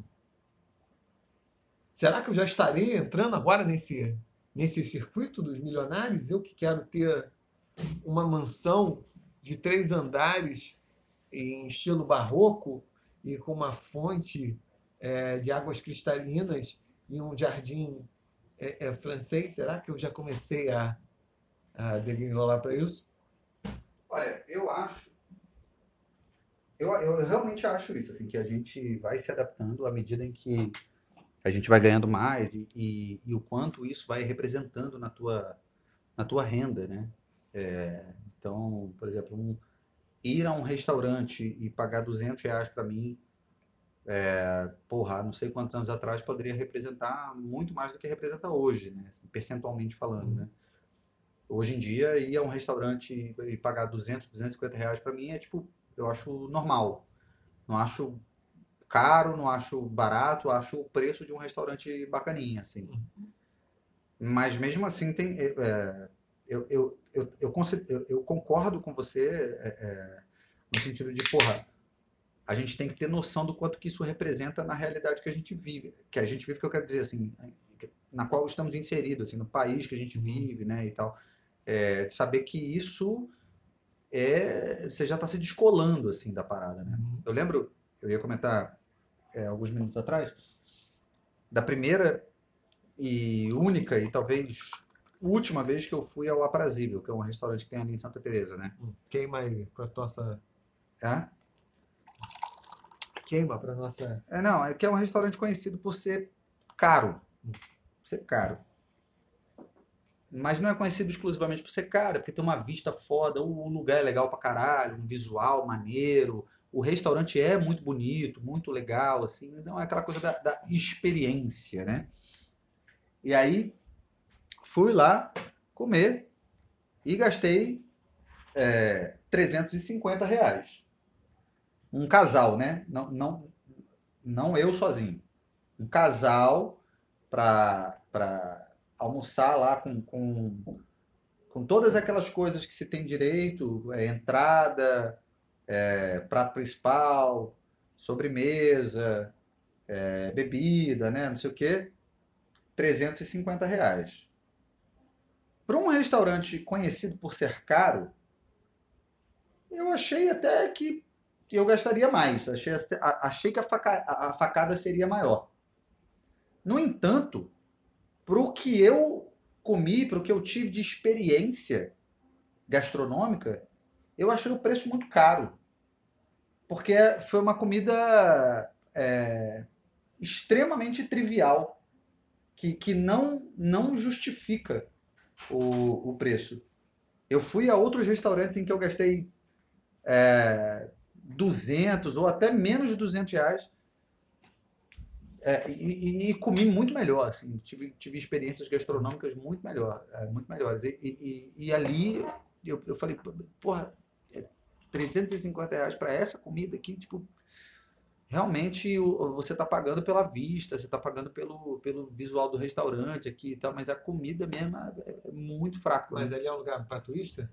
será que eu já estarei entrando agora nesse, nesse circuito dos milionários? Eu que quero ter uma mansão de três andares em estilo barroco e com uma fonte é, de águas cristalinas e um jardim é, é, francês. Será que eu já comecei a, a degringolar para isso? Olha, eu acho. Eu, eu realmente acho isso, assim, que a gente vai se adaptando à medida em que a gente vai ganhando mais e, e, e o quanto isso vai representando na tua, na tua renda, né? É, então, por exemplo, um, ir a um restaurante e pagar duzentos reais para mim, é, porra, não sei quantos anos atrás poderia representar muito mais do que representa hoje, né? Assim, percentualmente falando, né? Hoje em dia, ir a um restaurante e pagar duzentos, duzentos e cinquenta reais para mim é tipo, eu acho normal. Não acho caro, não acho barato, acho o preço de um restaurante bacaninha, assim. Mas mesmo assim, tem, é, eu, eu, eu, eu, conce- eu- eu concordo com você é, é, no sentido de, porra, a gente tem que ter noção do quanto que isso representa na realidade que a gente vive. Que a gente vive, que eu quero dizer, assim, na qual estamos inseridos, assim, no país que a gente vive, né, e tal. É, de saber que isso é, você já está se descolando, assim, da parada, né? Eu lembro, eu ia comentar é, alguns minutos atrás, da primeira e única e talvez última vez que eu fui ao Aprazível, que é um restaurante que tem ali em Santa Teresa, né? Queima aí pra nossa. É? Queima pra nossa. É, não, é que é um restaurante conhecido por ser caro. Ser caro. Mas não é conhecido exclusivamente por ser caro, é porque tem uma vista foda, o lugar é legal pra caralho, um visual maneiro, o restaurante é muito bonito, muito legal, assim, não é aquela coisa da, da experiência, né? E aí, fui lá comer e gastei é, trezentos e cinquenta reais. Um casal, né? Não, não, não eu sozinho. Um casal para almoçar lá com, com, com todas aquelas coisas que se tem direito, é, entrada, é, prato principal, sobremesa, é, bebida, né? Não sei o quê. trezentos e cinquenta reais. Para um restaurante conhecido por ser caro, eu achei até que eu gastaria mais. Achei, achei que a, faca, a facada seria maior. No entanto, para o que eu comi, para o que eu tive de experiência gastronômica, eu achei o preço muito caro. Porque foi uma comida é, extremamente trivial, que, que não, não justifica o, o preço. Eu fui a outros restaurantes em que eu gastei é, duzentos ou até menos de duzentos reais é, e, e, e comi muito melhor, assim, tive, tive experiências gastronômicas muito, melhor, é, muito melhores. E, e, e ali eu, eu falei, porra, é trezentos e cinquenta reais para essa comida aqui, tipo, realmente você está pagando pela vista, você está pagando pelo, pelo visual do restaurante aqui e tal, mas a comida mesmo é, é muito fraca. Mas né? ali é um lugar para turista?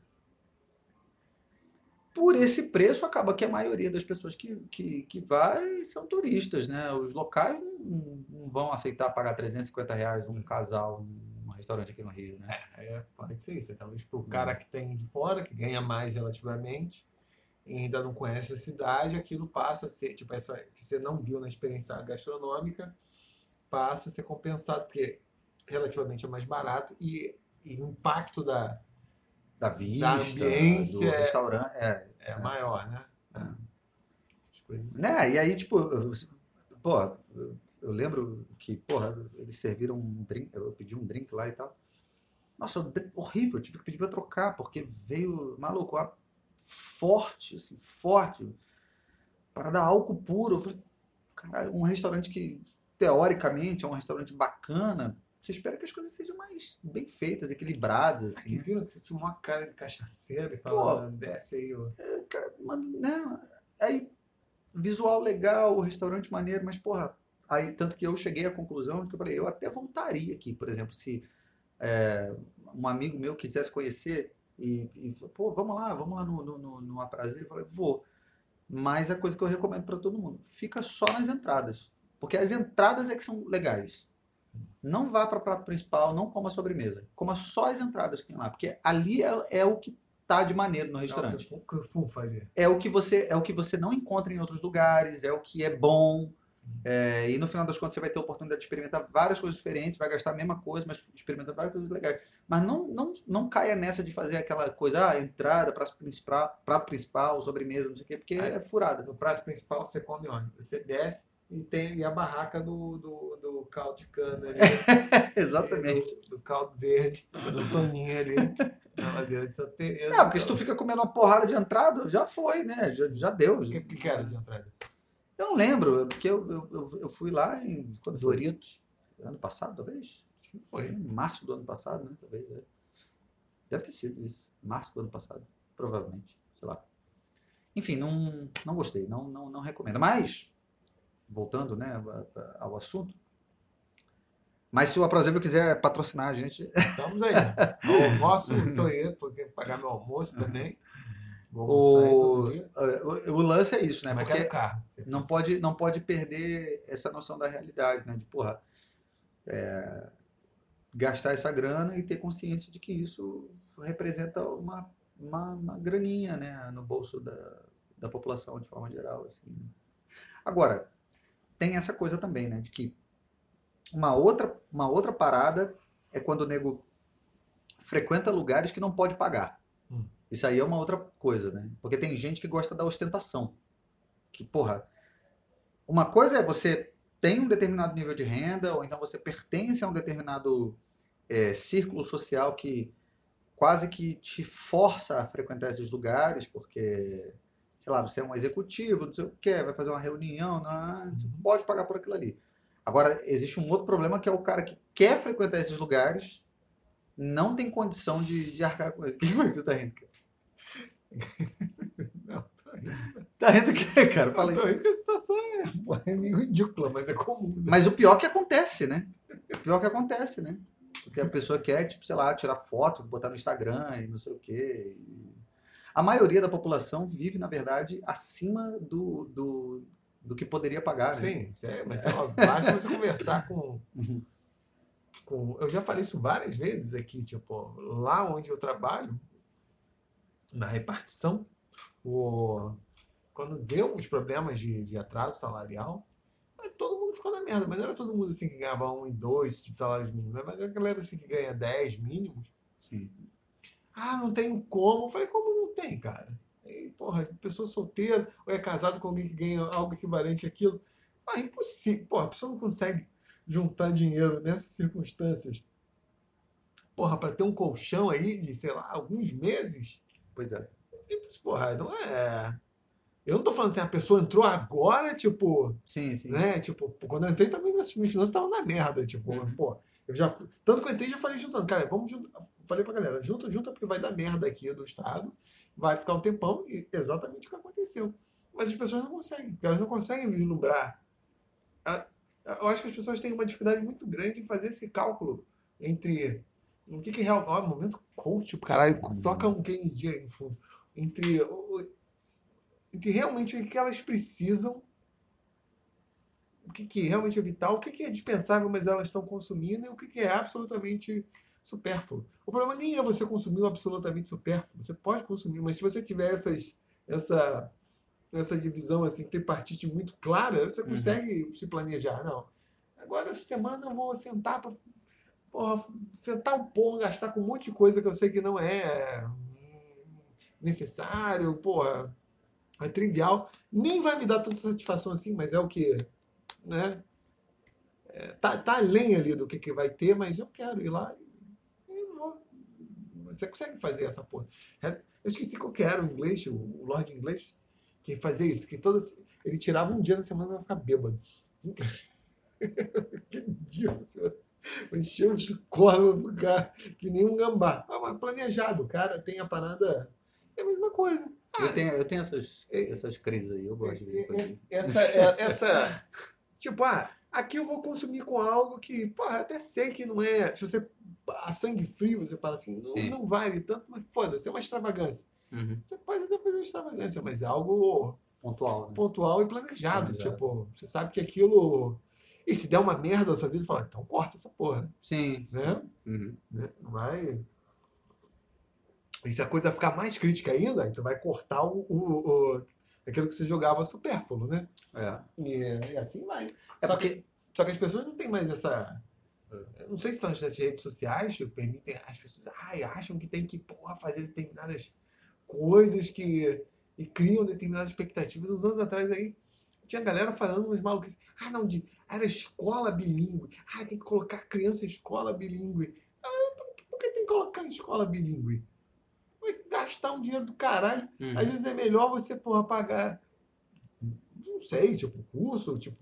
Por esse preço, acaba que a maioria das pessoas que, que, que vai são turistas, né? Os locais não, não vão aceitar pagar trezentos e cinquenta reais um casal num restaurante aqui no Rio, né? É, pode ser isso. Talvez para o cara que tem de fora, que ganha mais relativamente, e ainda não conhece a cidade, aquilo passa a ser, tipo, essa que você não viu na experiência gastronômica, passa a ser compensado, porque relativamente é mais barato e, e o impacto da, Da vista, da ambiência do restaurante. É, é, é maior, né? É. Essas coisas assim. Né? E aí, tipo, eu- pô, eu, eu lembro que, porra, eles serviram um drink, eu pedi um drink lá e tal. Nossa, horrível, eu tive que pedir pra trocar, porque veio, maluco, a forte, assim, forte, para dar álcool puro. Eu falei, caralho, um restaurante que, teoricamente, é um restaurante bacana, você espera que as coisas sejam mais bem feitas, equilibradas, Aqui assim. viram que você tinha uma cara de cachaceiro e Pô, falava, desce aí, ó. Cara, mano, né? Aí, visual legal, restaurante maneiro, mas, porra, aí, tanto que eu cheguei à conclusão que eu falei, eu até voltaria aqui, por exemplo, se é, um amigo meu quisesse conhecer e, e pô, vamos lá, vamos lá no, no, no, no Aprazer, eu falei, vou. Mas a coisa que eu recomendo para todo mundo, fica só nas entradas. Porque as entradas é que são legais. Não vá para o prato principal, não coma sobremesa. Coma só as entradas que tem lá, porque ali é, é o que tá de maneiro no restaurante. É o que o Fu faria. É o que você é o que você não encontra em outros lugares, é o que é bom. É, e no final das contas você vai ter a oportunidade de experimentar várias coisas diferentes, vai gastar a mesma coisa, mas experimenta várias coisas legais. Mas não, não, não caia nessa de fazer aquela coisa, ah, entrada, prato principal, prato principal, sobremesa, não sei o quê, porque Aí, é furada. No prato principal você come onde? Você desce e tem e a barraca do, do, do caldo de cana ali. Exatamente. Do, do caldo verde, do Toninho ali. Na Ladeira de Santa Teresa. Não, porque se tu fica comendo uma porrada de entrada, já foi, né? Já, já deu. O que, que, que era de entrada? Eu não lembro, porque eu, eu, eu, eu fui lá em quando foi? Doritos. Ano passado, talvez? Foi. Em março do ano passado, né? Talvez. É. Deve ter sido isso. Março do ano passado. Provavelmente. Sei lá. Enfim, não, não gostei. Não, não, não recomendo. Mas, voltando, né, ao assunto. Mas se o Aprazível quiser patrocinar a gente. Estamos aí. Eu posso, estou aí, porque pagar meu almoço também. Vou O, todo dia. o, o lance é isso, né? Mas Porque quero carro. não pode, não pode perder essa noção da realidade, né? De, porra, é, gastar essa grana e ter consciência de que isso representa uma, uma, uma graninha, né? No bolso da, da população de forma geral, assim. Agora, tem essa coisa também, né? De que uma outra, uma outra parada é quando o nego frequenta lugares que não pode pagar. Hum. Isso aí é uma outra coisa, né? Porque tem gente que gosta da ostentação. Que, porra, uma coisa é você tem um determinado nível de renda, ou então você pertence a um determinado é, círculo social que quase que te força a frequentar esses lugares, porque, sei lá, você é um executivo, não sei o que, vai fazer uma reunião, não, você pode pagar por aquilo ali. Agora, existe um outro problema que é o cara que quer frequentar esses lugares, não tem condição de, de arcar com isso. O que foi que você tá rindo, cara? Não, tô rindo. Tá rindo o quê, cara? Fala aí. Tô rindo que a situação é, é meio ridícula, mas é comum. Né? Mas o pior que acontece, né? O pior que acontece, né? Porque a pessoa quer, tipo, sei lá, tirar foto, botar no Instagram e não sei o quê. A maioria da população vive, na verdade, acima do, do, do que poderia pagar, né? Sim, isso é, mas é óbvio, basta você conversar com, com... Eu já falei isso várias vezes aqui, tipo, lá onde eu trabalho, na repartição, o, quando deu os problemas de, de atraso salarial, todo mundo ficou na merda, mas não era todo mundo assim que ganhava um e dois salários mínimos, mas a galera assim que ganha dez mínimos. Sim. Ah, não tem como. Eu falei, como não tem, cara? E, porra, pessoa solteira, ou é casado com alguém que ganha algo equivalente àquilo. Ah, impossível. Porra, a pessoa não consegue juntar dinheiro nessas circunstâncias. Porra, para ter um colchão aí de, sei lá, alguns meses. Pois é. Simples, porra, não é. Eu não tô falando assim, a pessoa entrou agora, tipo. Sim, sim. Né? Tipo, quando eu entrei também minhas finanças estavam na merda. Tipo, Uhum. pô, eu já. Tanto que eu entrei já falei juntando, cara, vamos juntar. Falei pra galera, junta, junta, porque vai dar merda aqui do Estado, vai ficar um tempão, e exatamente o que aconteceu. Mas as pessoas não conseguem, porque elas não conseguem vislumbrar. Eu acho que as pessoas têm uma dificuldade muito grande em fazer esse cálculo entre o que que é real. Ó, momento coach, caralho, toca um Kennedy aí no fundo. Entre, entre realmente o que elas precisam, o que, que realmente é vital, o que, que é dispensável, mas elas estão consumindo, e o que, que é absolutamente supérfluo. O problema nem é você consumir o absolutamente supérfluo. Você pode consumir, mas se você tiver essas, essa, essa divisão assim, tripartite muito clara, você consegue uhum. se planejar. Não. Agora, essa semana eu vou sentar para sentar um porra, gastar com um monte de coisa que eu sei que não é necessário, porra, é trivial. Nem vai me dar tanta satisfação assim, mas é o que... Né? É, tá, tá além ali do que, que vai ter, mas eu quero ir lá. Você consegue fazer essa porra. Eu esqueci qual que era o inglês, o Lorde inglês, que fazia isso, que todas, ele tirava um dia na semana pra ficar bêbado. Que dia, senhor. Encheu de corda pro cara, que nem um gambá. Ah, mas planejado, o cara tem a parada. É a mesma coisa. Ah, eu tenho, eu tenho essas, é, essas crises aí, eu gosto de ver. Essa, essa, essa. Tipo, ah, aqui eu vou consumir com algo que, porra, até sei que não é. Se você. A sangue frio, você fala assim, não, não vale tanto, mas foda-se, é uma extravagância. Uhum. Você pode até fazer uma extravagância, mas é algo pontual, né? pontual e planejado. planejado. Tipo, você sabe que aquilo. E se der uma merda na sua vida, fala, então corta essa porra. Sim. Né? Uhum. Não vai. E se a coisa ficar mais crítica ainda, então vai cortar o, o, o aquilo que você jogava supérfluo, né? É. E, e assim vai. É só, porque... que, só que as pessoas não têm mais essa. Eu não sei se são as redes sociais que permitem. As pessoas ai, acham que tem que porra, fazer determinadas coisas que. E criam determinadas expectativas. Uns anos atrás aí, tinha galera falando umas maluquices. Ah, não, de, era escola bilíngue. Ah, tem que colocar criança em escola bilíngue. Ah, por que tem que colocar em escola bilíngue? vai gastar um dinheiro do caralho. Uhum. Às vezes é melhor você, porra, pagar, não sei, tipo, curso, tipo,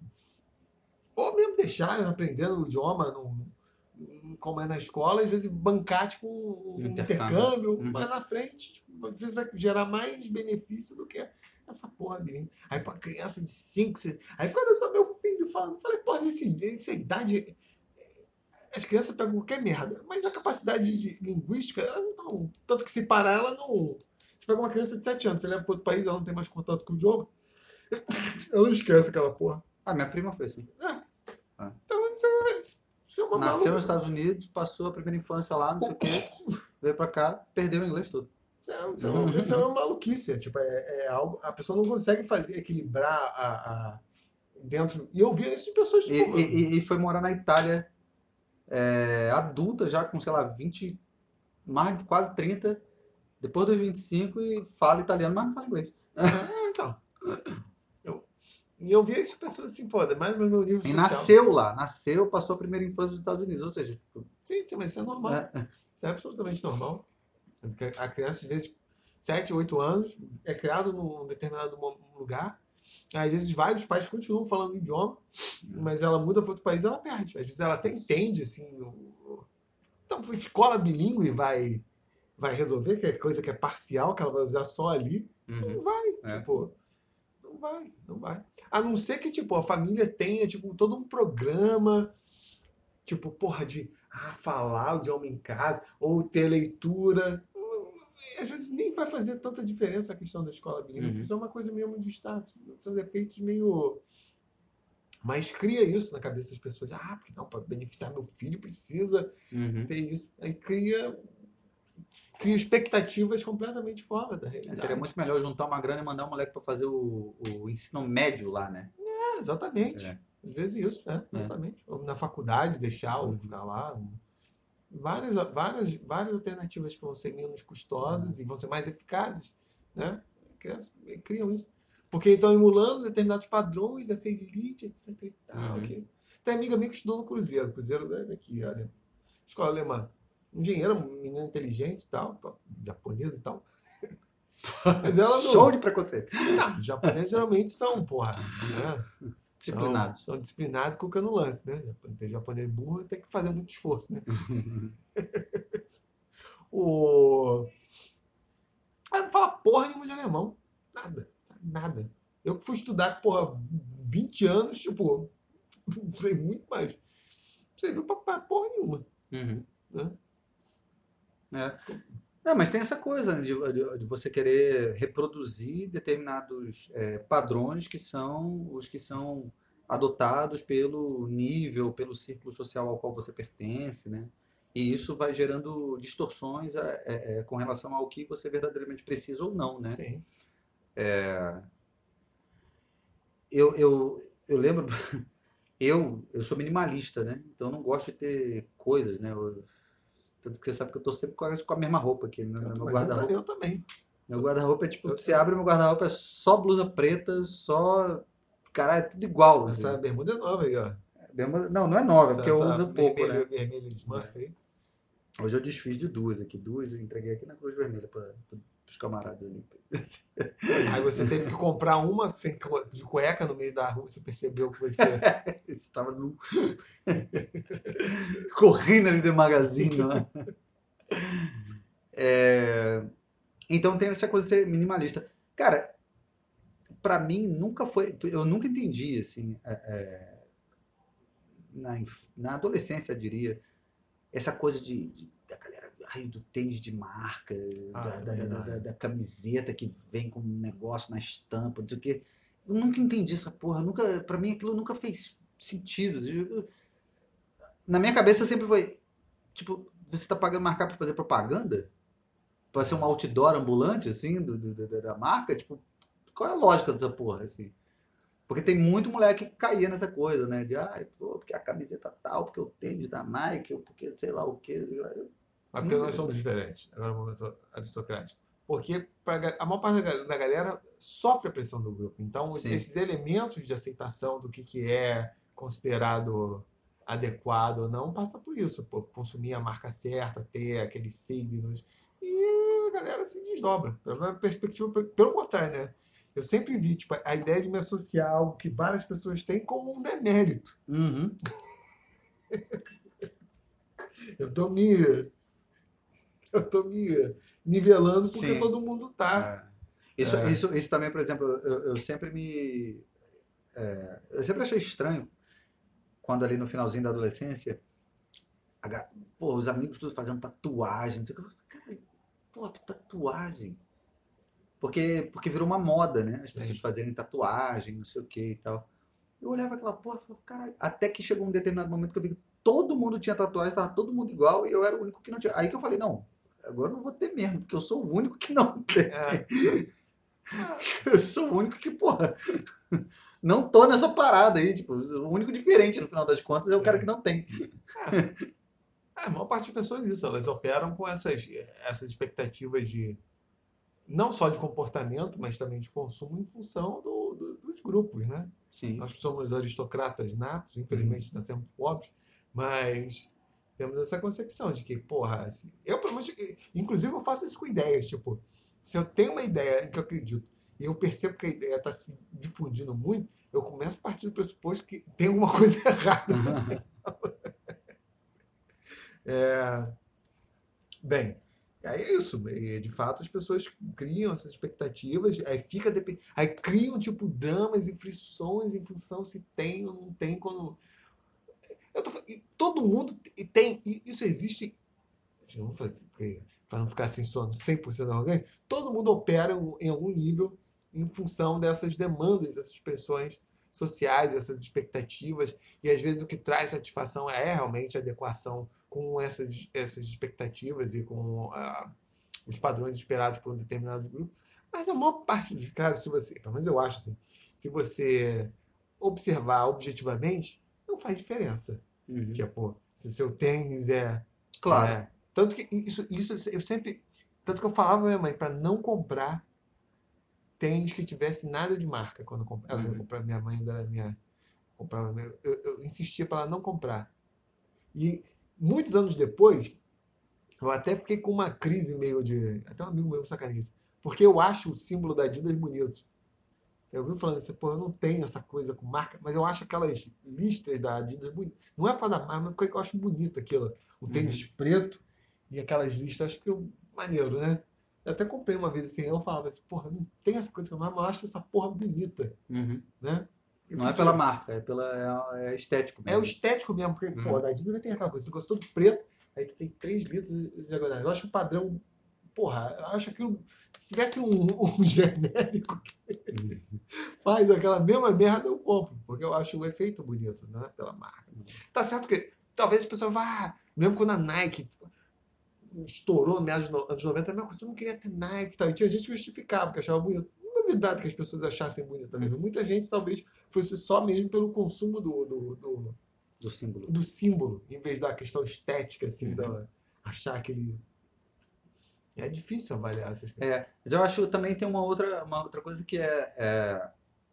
ou mesmo deixar aprendendo o idioma, no, como é na escola, às vezes bancar, tipo, um Intercâmbio. intercâmbio, Uhum. mas na frente, tipo, às vezes vai gerar mais benefício do que essa porra bilíngue. Aí pra criança de cinco, seis... Aí fica, olha só, meu filho falando, falei, porra, nesse, nessa idade, as crianças pegam qualquer merda, mas a capacidade de linguística, ela não tá, um- tanto que se parar, ela não... Você pega uma criança de sete anos, você leva para outro país, ela não tem mais contato com o idioma, ela não esquece aquela porra. Ah, minha prima foi assim. É. Ah. Então, isso é, isso é uma Nasceu maluca. nos Estados Unidos, passou a primeira infância lá, não sei o quê, veio pra cá, perdeu o inglês todo. Isso é, isso é, uma, isso é uma maluquice. Tipo, é, é algo, a pessoa não consegue fazer, equilibrar a, a- dentro. E eu vi isso de pessoas E, tipo, e- e foi morar na Itália, é, adulta, já com, sei lá, vinte, mais de quase trinta, depois dos vinte e cinco, e fala italiano, mas não fala inglês. É, então. Eu, e eu vi isso de pessoas assim, pô, mais no meu nível E social. nasceu lá, nasceu, passou a primeira infância nos Estados Unidos, ou seja, Sim, sim, mas isso é normal. é, Isso é absolutamente normal. Porque a criança, às vezes, sete, oito anos, é criado num determinado mo- lugar. Às vezes, vários pais continuam falando o idioma, mas ela muda para outro país, ela perde. Às vezes, ela até entende, assim. o- Então, escola bilíngue vai, vai resolver, que é coisa que é parcial, que ela vai usar só ali. uhum, Não vai, É. tipo. Não vai, não vai. A não ser que, tipo, a família tenha, tipo, todo um programa, tipo, porra, de ah, falar o idioma em casa, ou ter leitura. Às vezes nem vai fazer tanta diferença a questão da escola bilíngue. Uhum. Isso é uma coisa mesmo de status. São efeitos meio... Mas cria isso na cabeça das pessoas. Ah, porque não, para beneficiar meu filho precisa uhum. ter isso. Aí cria, cria expectativas completamente fora da realidade. Seria muito melhor juntar uma grana e mandar um moleque pra fazer o, o ensino médio lá, né? É, exatamente. É. Às vezes isso, né? Exatamente. Ou na faculdade, deixar, ou ficar lá. Várias, várias, várias alternativas que vão ser menos custosas e vão ser mais eficazes, né? Crianças criam isso. Porque estão emulando determinados padrões dessa elite, etc e tal. Uhum. Que... Tem amiga minha que estudou no Cruzeiro. Cruzeiro é daqui, olha. Escola alemã. Engenheira, menina inteligente e tal, pô, japonesa e tal. Mas ela não... Show de preconceito. Não, os japoneses geralmente são, porra, né? Disciplinados. São, são disciplinados colocando lance, né? Ter japonês burro tem que fazer muito esforço, né? o... Ela não fala porra nenhuma de alemão. Nada. Nada. Eu que fui estudar, porra, vinte anos, tipo, não sei muito mais. Não sei pra, pra porra nenhuma. Uhum. Né? É. Não, mas tem essa coisa, né, de, de- de você querer reproduzir determinados é, padrões que são os que são adotados pelo nível, pelo círculo social ao qual você pertence, né? E isso vai gerando distorções é, é, é, com relação ao que você verdadeiramente precisa ou não, né? Sim. Eu, eu, eu lembro, eu, eu sou minimalista, né? Então eu não gosto de ter coisas, né? Eu- tanto que você sabe que eu tô sempre com a, com a mesma roupa aqui, né? Meu Mas eu, guarda-roupa. eu também. Meu guarda-roupa é tipo, Eu- você abre meu guarda-roupa, é só blusa preta, só. Caralho, é tudo igual. Assim. Essa bermuda é nova aí, ó. Bermuda- Não, não é nova, porque eu Essa uso pouco, vermelho, né? vermelho Smurf aí. Hoje eu desfiz de duas aqui, duas eu entreguei aqui na Cruz Vermelha para os camaradas ali. Aí você teve que comprar uma sem co- de cueca no meio da rua, você percebeu que você... Estava no. Correndo ali do magazine lá. É, Então tem essa coisa de ser minimalista. Cara, pra mim nunca foi. Eu nunca entendi, assim. é, é, Na, inf- na adolescência, eu diria, essa coisa de, de- da galera, ai, do tênis de marca, Ah, da, da, também da- não. da- da camiseta que vem com um negócio na estampa, não sei o quê. Eu nunca entendi essa porra. Nunca, pra mim aquilo nunca fez sentido. Eu- eu- na minha cabeça sempre foi, tipo, você tá pagando marcar pra fazer propaganda? Pra ser um outdoor ambulante, assim, do, do- do- da marca? Tipo, qual é a lógica dessa porra, assim? Porque tem muito moleque que caía nessa coisa, né? De, ai, pô, porque a camiseta tal, porque o tênis da Nike, ou porque sei lá o quê. Mas porque nós somos diferentes. Agora, um momento aristocrático. Porque pra ga- a maior parte da ga- da galera sofre a pressão do grupo. Então, Sim. esses elementos de aceitação do que, que é considerado adequado ou não, passa por isso. Pô, consumir a marca certa, ter aqueles signos. E galera se desdobra. Pela minha perspectiva, pelo contrário, né? Eu sempre vi, tipo, a ideia de me associar a algo que várias pessoas têm como um demérito. Uhum. Eu tô me... Eu tô me nivelando porque Sim. todo mundo tá. É. Isso, É. isso, isso também, por exemplo, eu, eu sempre me... é, eu sempre achei estranho quando ali no finalzinho da adolescência, a ga- pô, os amigos todos fazendo tatuagem, não sei o que. Cara, pô, tatuagem. Porque, porque virou uma moda, né? As pessoas Sim. fazerem tatuagem, não sei o que e tal. Eu olhava aquela porra e falava, caralho. Até que chegou um determinado momento que eu vi que todo mundo tinha tatuagem, tava todo mundo igual e eu era o único que não tinha. Aí que eu falei, não, agora eu não vou ter mesmo, porque eu sou o único que não tem. É. Eu sou o único que, porra, não tô nessa parada aí. Tipo, o único diferente no final das contas é o cara que não tem. É, a maior parte das pessoas isso, elas operam com essas, essas expectativas de não só de comportamento, mas também de consumo em função do, do- dos grupos, né? Sim. Nós que somos aristocratas natos, infelizmente está sendo pobres, mas temos essa concepção de que, porra, assim, eu pelo menos, inclusive eu faço isso com ideias, tipo, se eu tenho uma ideia em que eu acredito e eu percebo que a ideia está se difundindo muito, eu começo a partir do pressuposto que tem alguma coisa errada. É, bem, aí é isso. E, de fato, as pessoas criam essas expectativas, aí fica depen- aí criam tipo dramas e frições em função se tem ou não tem quando. Eu tô falando- e todo mundo te- tem, e isso existe. Vamos fazer, para não ficar assim soando cem por cento arrogante, todo mundo opera em algum nível em função dessas demandas, dessas pressões sociais, essas expectativas, e às vezes o que traz satisfação é realmente a adequação com essas, essas expectativas e com ah, os padrões esperados por um determinado grupo. Mas a maior parte dos casos, se você, pelo menos eu acho assim, se você observar objetivamente, não faz diferença. Uhum. Tipo, se seu tênis é Claro. é, tanto que isso, isso eu sempre. Tanto que eu falava pra minha mãe para não comprar tênis que tivesse nada de marca. Quando eu comp- ela ia Uhum. comprar, minha mãe ainda era minha. Comprava, eu, eu, eu insistia para ela não comprar. E muitos anos depois, eu até fiquei com uma crise meio de. Até um amigo meu me sacaneia isso. Porque eu acho o símbolo da Adidas bonito. Eu vi falando assim, pô, eu não tenho essa coisa com marca, mas eu acho aquelas listras da Adidas bonitas. Não é para dar marca, mas porque eu acho bonito aquilo. O tênis preto e aquelas listras, acho que eu, maneiro, né? Eu até comprei uma vez assim, eu falava assim, porra, não tem essa coisa que eu mas eu acho essa porra bonita, Uhum. né? Eu Não é fiz- pela marca, é pela é, é estético É o mesmo. estético mesmo, porque, Uhum. pô, da Adidas tem aquela coisa, você gostou do preto, aí tu tem três litros de diagonal. Eu acho o padrão, porra, eu acho aquilo, se tivesse um, um genérico que faz aquela mesma merda, eu compro, porque eu acho o efeito bonito, não é pela marca. Tá certo que talvez as pessoas vá, ah, mesmo quando a Nike estourou no meados dos anos noventa, meu, eu não queria ter Nike, tal. E tinha gente que justificava, que achava bonito. Não duvidado que as pessoas achassem bonito também. Muita gente talvez fosse só mesmo pelo consumo do, do, do, Do símbolo. do símbolo, em vez da questão estética, assim, Uhum. da, achar aquele. É difícil avaliar essas coisas. É, mas eu acho que também tem uma outra, uma outra coisa que é, é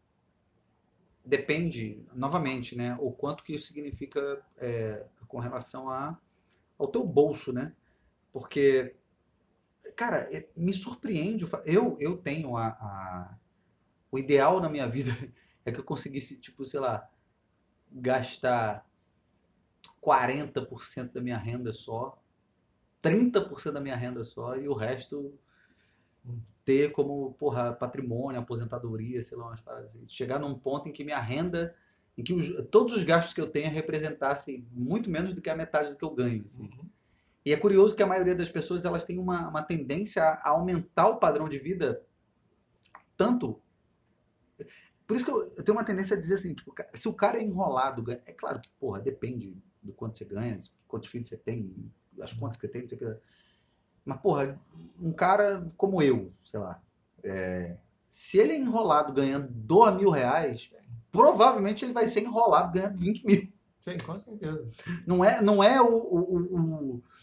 depende, novamente, né, o quanto que isso significa é, com relação a, ao teu bolso, né? Porque, cara, é- me surpreende, o fa- eu, eu tenho a, a- o ideal na minha vida é que eu conseguisse, tipo, sei lá, gastar quarenta por cento da minha renda só, trinta por cento da minha renda só e o resto ter como, porra, patrimônio, aposentadoria, sei lá, umas paradas assim. Chegar num ponto em que minha renda, em que os- todos os gastos que eu tenho representassem muito menos do que a metade do que eu ganho, assim. Uhum. E é curioso que a maioria das pessoas, elas têm uma, uma tendência a aumentar o padrão de vida tanto. Por isso que eu, eu tenho uma tendência a dizer assim, tipo, ca- se o cara é enrolado, ganha- é claro que, porra, depende do quanto você ganha, quantos filhos você tem, as contas que você tem, não sei o que. Mas, porra, um cara como eu, sei lá, é, se ele é enrolado ganhando dois mil reais, provavelmente ele vai ser enrolado ganhando vinte mil. Sim, com certeza. Não é, não é o, o, o,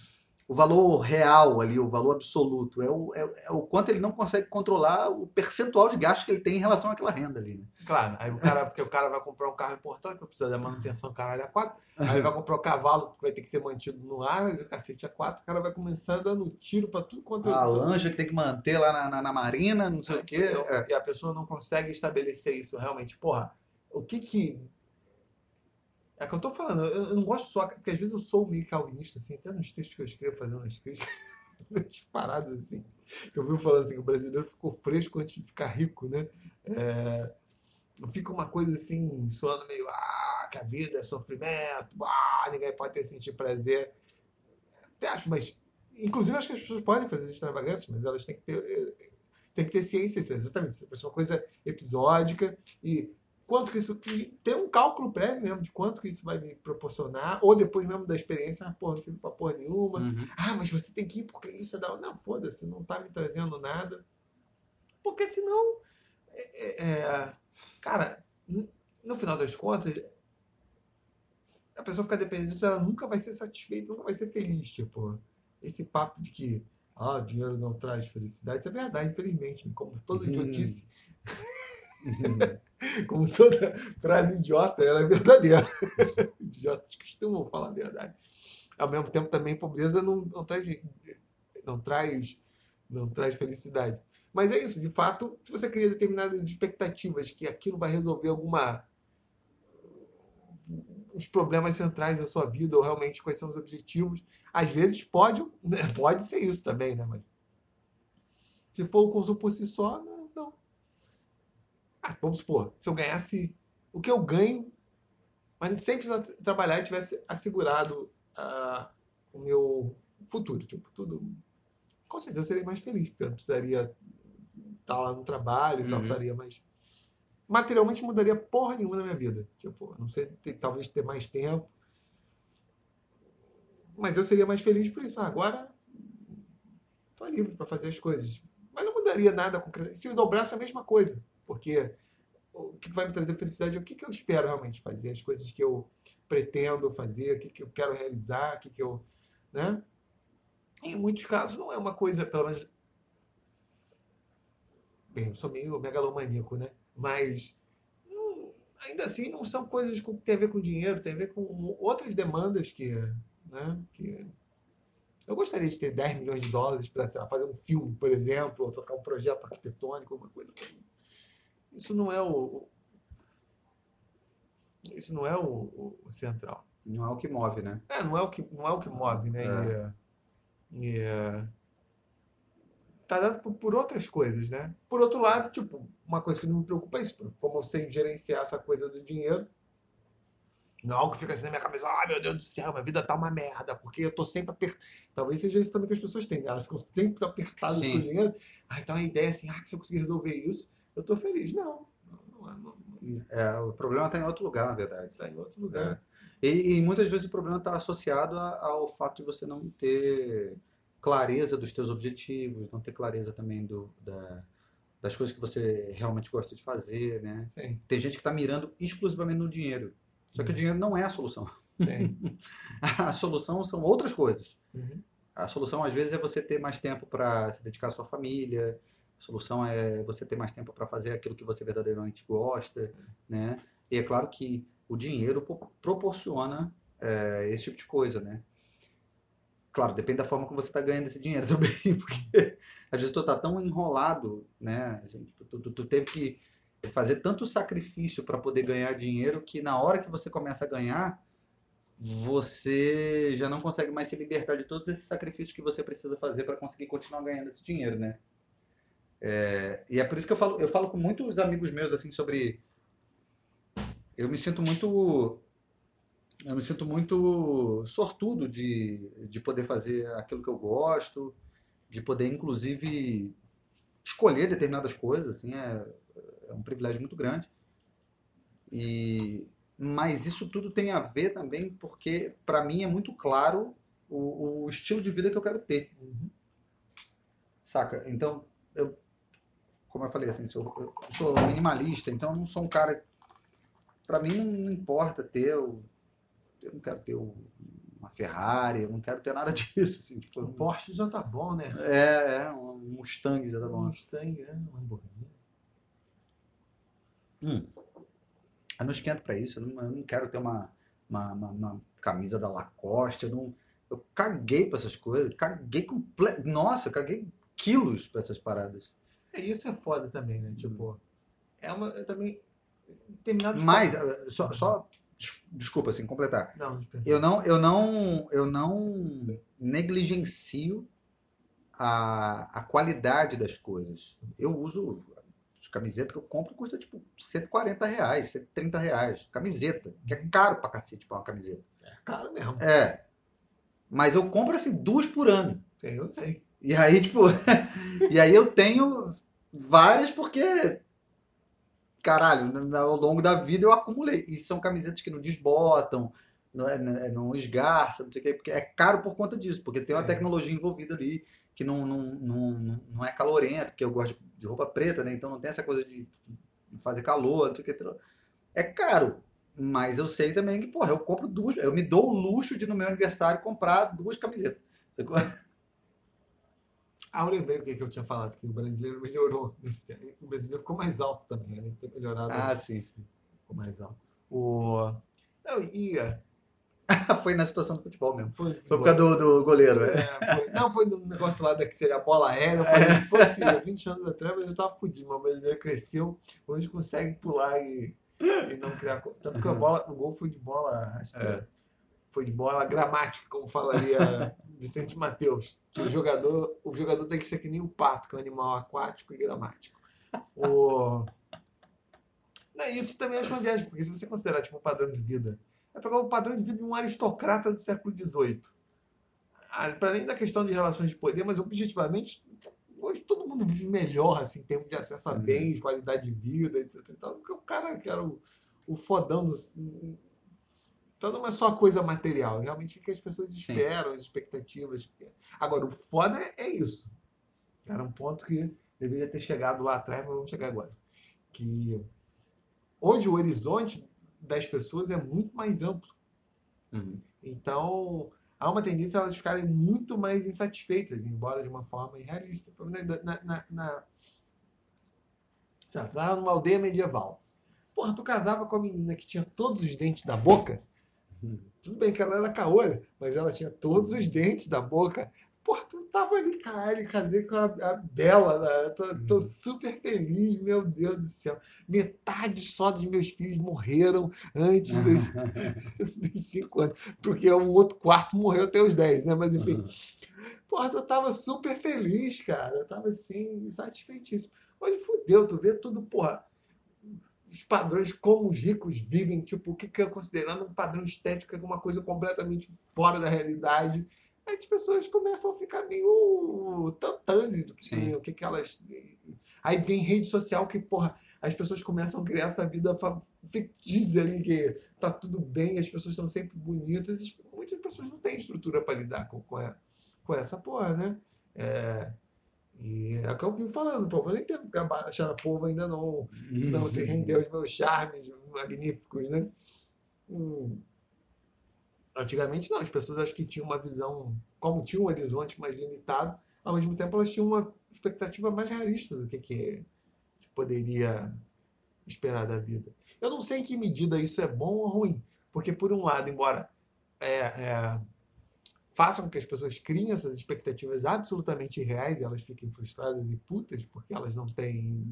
o valor real ali, o valor absoluto, é o, é, é o quanto ele não consegue controlar o percentual de gasto que ele tem em relação àquela renda ali. Né? Claro, aí o cara, porque o cara vai comprar um carro importante, que precisa da manutenção caralho a quatro, aí vai comprar o um cavalo que vai ter que ser mantido no ar, o cacete a quatro, o cara vai começar dando tiro para tudo quanto... A lancha que tem que manter lá na, na, na marina, não sei é, o quê. É. E a pessoa não consegue estabelecer isso realmente. Porra, o que que... É que eu tô falando, eu não gosto só, porque às vezes eu sou meio calvinista, assim, até nos textos que eu escrevo fazendo as críticas, nas paradas, assim. Eu vi falando assim, que o brasileiro ficou fresco antes de ficar rico, né? É, fica uma coisa assim, soando meio, ah, que a vida é sofrimento, ah, ninguém pode ter sentir prazer. Até acho, mas, inclusive, acho que as pessoas podem fazer extravagâncias, mas elas têm que ter, têm que ter ciência, exatamente, isso é uma coisa episódica e quanto que isso... Tem um cálculo prévio mesmo de quanto que isso vai me proporcionar, ou depois mesmo da experiência, ah, porra, não serve pra porra nenhuma. Uhum. Ah, mas você tem que ir porque isso é da... Não, foda-se, não tá me trazendo nada. Porque senão... É, é, cara, no final das contas, a pessoa ficar dependendo disso, ela nunca vai ser satisfeita, nunca vai ser feliz. Tipo, esse papo de que ah, dinheiro não traz felicidade, isso é verdade, infelizmente, como toda uhum. idiotice. Uhum. Como toda frase idiota, ela é verdadeira. Idiotas costumam falar a verdade. Ao mesmo tempo, também, pobreza não, não, traz, não, traz, não traz felicidade. Mas é isso, de fato, se você cria determinadas expectativas que aquilo vai resolver alguma... os problemas centrais da sua vida, ou realmente quais são os objetivos, às vezes pode, né? Pode ser isso também, né? Mas se for o consumo por si só, não. não. Ah, vamos supor, se eu ganhasse o que eu ganho, mas sem precisar trabalhar e tivesse assegurado uh, o meu futuro, tipo, tudo... Com certeza eu seria mais feliz, porque eu não precisaria estar lá no trabalho e uhum. tal, estaria mais... Materialmente mudaria porra nenhuma na minha vida. Tipo, não sei, ter, talvez ter mais tempo. Mas eu seria mais feliz por isso. Ah, agora estou livre para fazer as coisas. Mas não mudaria nada concretamente. Se eu dobrasse a mesma coisa. Porque o que vai me trazer felicidade é o que, que eu espero realmente fazer. As coisas que eu pretendo fazer, o que, que eu quero realizar, o que, que eu... Né? Em muitos casos não é uma coisa, pelo menos... Bem, eu sou meio megalomaníaco, né? Mas não, ainda assim não são coisas que têm a ver com dinheiro, tem a ver com outras demandas que, né, que eu gostaria de ter dez milhões de dólares para fazer um filme, por exemplo, ou tocar um projeto arquitetônico, alguma coisa. Isso não é o isso não é o, o, o central. Não é o que move, né? É, não é o que, não é o que move, né? É. E, e, tá dado por, por outras coisas, né? Por outro lado, tipo, uma coisa que não me preocupa é isso, como eu sei gerenciar essa coisa do dinheiro, não é algo que fica assim na minha cabeça, ah, meu Deus do céu, minha vida tá uma merda, porque eu tô sempre apertado. Talvez seja isso também que as pessoas têm, né? Elas ficam sempre apertadas com o dinheiro. Ah, então a ideia é assim, ah, se eu conseguir resolver isso, eu tô feliz. Não, não, não, não, não. É, o problema tá em outro lugar, na verdade. Tá em outro lugar. É. E, e muitas vezes o problema tá associado a, ao fato de você não ter... clareza dos teus objetivos, não ter clareza também do, da, das coisas que você realmente gosta de fazer, né? Sim. Tem gente que está mirando exclusivamente no dinheiro. Só que uhum. o dinheiro não é a solução. A solução são outras coisas. Uhum. A solução, às vezes, é você ter mais tempo para se dedicar à sua família. A solução é você ter mais tempo para fazer aquilo que você verdadeiramente gosta, né? E é claro que o dinheiro proporciona é, esse tipo de coisa, né? Claro, depende da forma como você está ganhando esse dinheiro também, porque às vezes tu tá tão enrolado, né? Assim, tipo, tu, tu, tu teve que fazer tanto sacrifício para poder ganhar dinheiro que na hora que você começa a ganhar, você já não consegue mais se libertar de todos esses sacrifícios que você precisa fazer para conseguir continuar ganhando esse dinheiro, né? É, e é por isso que eu falo, eu falo com muitos amigos meus assim sobre... Eu me sinto muito... Eu me sinto muito sortudo de, de poder fazer aquilo que eu gosto, de poder, inclusive, escolher determinadas coisas, assim, é, é um privilégio muito grande. E, mas isso tudo tem a ver também porque, para mim, é muito claro o, o estilo de vida que eu quero ter. Uhum. Saca? Então, eu, como eu falei, assim, eu, eu sou minimalista, então eu não sou um cara... Para mim, não importa ter... O, eu não quero ter o uma Ferrari, eu não quero ter nada disso. Assim, tipo, O Porsche já tá bom, né? É, é, um Mustang já tá Um bom. Mustang, é, um Lamborghini. Hum. Eu não esquento pra isso, eu não, eu não quero ter uma, uma, uma, uma camisa da Lacoste, eu, não, eu caguei pra essas coisas, caguei completo. Nossa, eu caguei quilos pra essas paradas. É, isso é foda também, né? Tipo, é uma. Eu também. Terminado Mas, só, só desculpa, assim, completar. Não, Eu não, eu não, eu não negligencio a, a qualidade das coisas. Eu uso as camisetas que eu compro custa tipo cento e quarenta reais, cento e trinta reais. Camiseta, que é caro pra cacete pra uma camiseta. É caro mesmo. É. Mas eu compro assim duas por ano. Sim, eu sei. E aí, tipo, e aí eu tenho várias porque, caralho, ao longo da vida eu acumulei. E são camisetas que não desbotam, não, é, não esgarça, não sei o que, porque é caro por conta disso, porque tem uma Sim. tecnologia envolvida ali que não, não, não, não é calorenta, porque eu gosto de roupa preta, né? Então não tem essa coisa de fazer calor, não sei o que. É caro. Mas eu sei também que, porra, eu compro duas. Eu me dou o luxo de, no meu aniversário, comprar duas camisetas. Ah, eu lembrei o que que eu tinha falado, que o brasileiro melhorou nesse tempo. O brasileiro ficou mais alto também, né? Ter melhorado. Ah, sim, sim. Ficou mais alto. O... Não, e... Foi na situação do futebol mesmo. Foi, Foi por causa do, do goleiro, é. É, foi, não, foi no negócio lá da que seria a bola aérea. Eu falei, se fosse vinte anos atrás, mas eu tava fudido. Mas o brasileiro cresceu, hoje consegue pular e, e não criar. Tanto que a bola, o gol foi de bola rasteira. É. Foi de bola gramática, como falaria Vicente Mateus. Que o jogador, o jogador tem que ser que nem o pato, que é um animal aquático e gramático. O... Não, isso também é uma viagem, porque se você considerar tipo, um padrão de vida, é pegar o padrão de vida de um aristocrata do século dezoito. Para além da questão de relações de poder, mas objetivamente, hoje todo mundo vive melhor, assim, em termos de acesso a bens, qualidade de vida, etcétera. Então, o cara que era o, o fodão do. Então não é só coisa material, realmente o que as pessoas esperam, Sim. as expectativas. Agora, o foda é isso. Era um ponto que deveria ter chegado lá atrás, mas vamos chegar agora. Que hoje o horizonte das pessoas é muito mais amplo. Uhum. Então, há uma tendência a elas ficarem muito mais insatisfeitas, embora de uma forma irrealista. Na, na, na... Você estava numa aldeia medieval. Porra, tu casava com a menina que tinha todos os dentes da boca? Tudo bem que ela era caolha, mas ela tinha todos os dentes da boca. Porra, tu tava ali, caralho, casei com a, a Bela, né? tô, tô super feliz, meu Deus do céu. Metade só dos meus filhos morreram antes dos, dos cinco anos, porque um outro quarto morreu até os dez, né? Mas enfim, porra, tu tava super feliz, cara. Eu tava assim, satisfeitíssimo. Hoje fudeu, tu vê tudo, porra. Os padrões como os ricos vivem, tipo, o que, que é considerando um padrão estético, é uma coisa completamente fora da realidade. Aí as pessoas começam a ficar meio tantantes do que, o que, que elas. Aí vem rede social que, porra, as pessoas começam a criar essa vida fictícia ali, que tá tudo bem, as pessoas estão sempre bonitas, e muitas pessoas não têm estrutura para lidar com, com, a, com essa porra, né? É. E é o que eu vim falando, pô, eu nem tenho que achar a povo ainda não, não se rendeu aos meus charmes magníficos, né? Hum. Antigamente não, as pessoas acho que tinham uma visão, como tinham um horizonte mais limitado, ao mesmo tempo elas tinham uma expectativa mais realista do que, que se poderia esperar da vida. Eu não sei em que medida isso é bom ou ruim, porque por um lado, embora é, é, façam com que as pessoas criem essas expectativas absolutamente irreais e elas fiquem frustradas e putas porque elas não têm...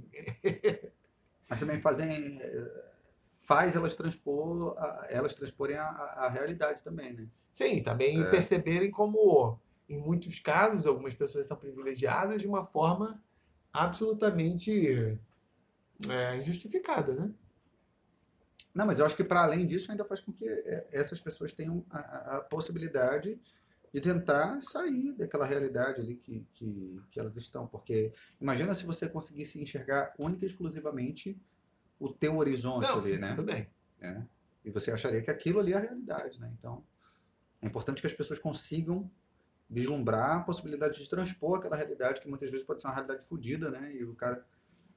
Mas também fazem... faz elas transpor, elas transporem a, a realidade também, né? Sim, também é. Perceberem como, em muitos casos, algumas pessoas são privilegiadas de uma forma absolutamente é, injustificada, né? Não, mas eu acho que para além disso ainda faz com que essas pessoas tenham a, a possibilidade de tentar sair daquela realidade ali que, que, que elas estão. Porque imagina se você conseguisse enxergar única e exclusivamente o teu horizonte Não, ali, sim, né? Tudo bem. É. E você acharia que aquilo ali é a realidade, né? Então, é importante que as pessoas consigam vislumbrar a possibilidade de transpor aquela realidade que muitas vezes pode ser uma realidade fodida, né? E o cara...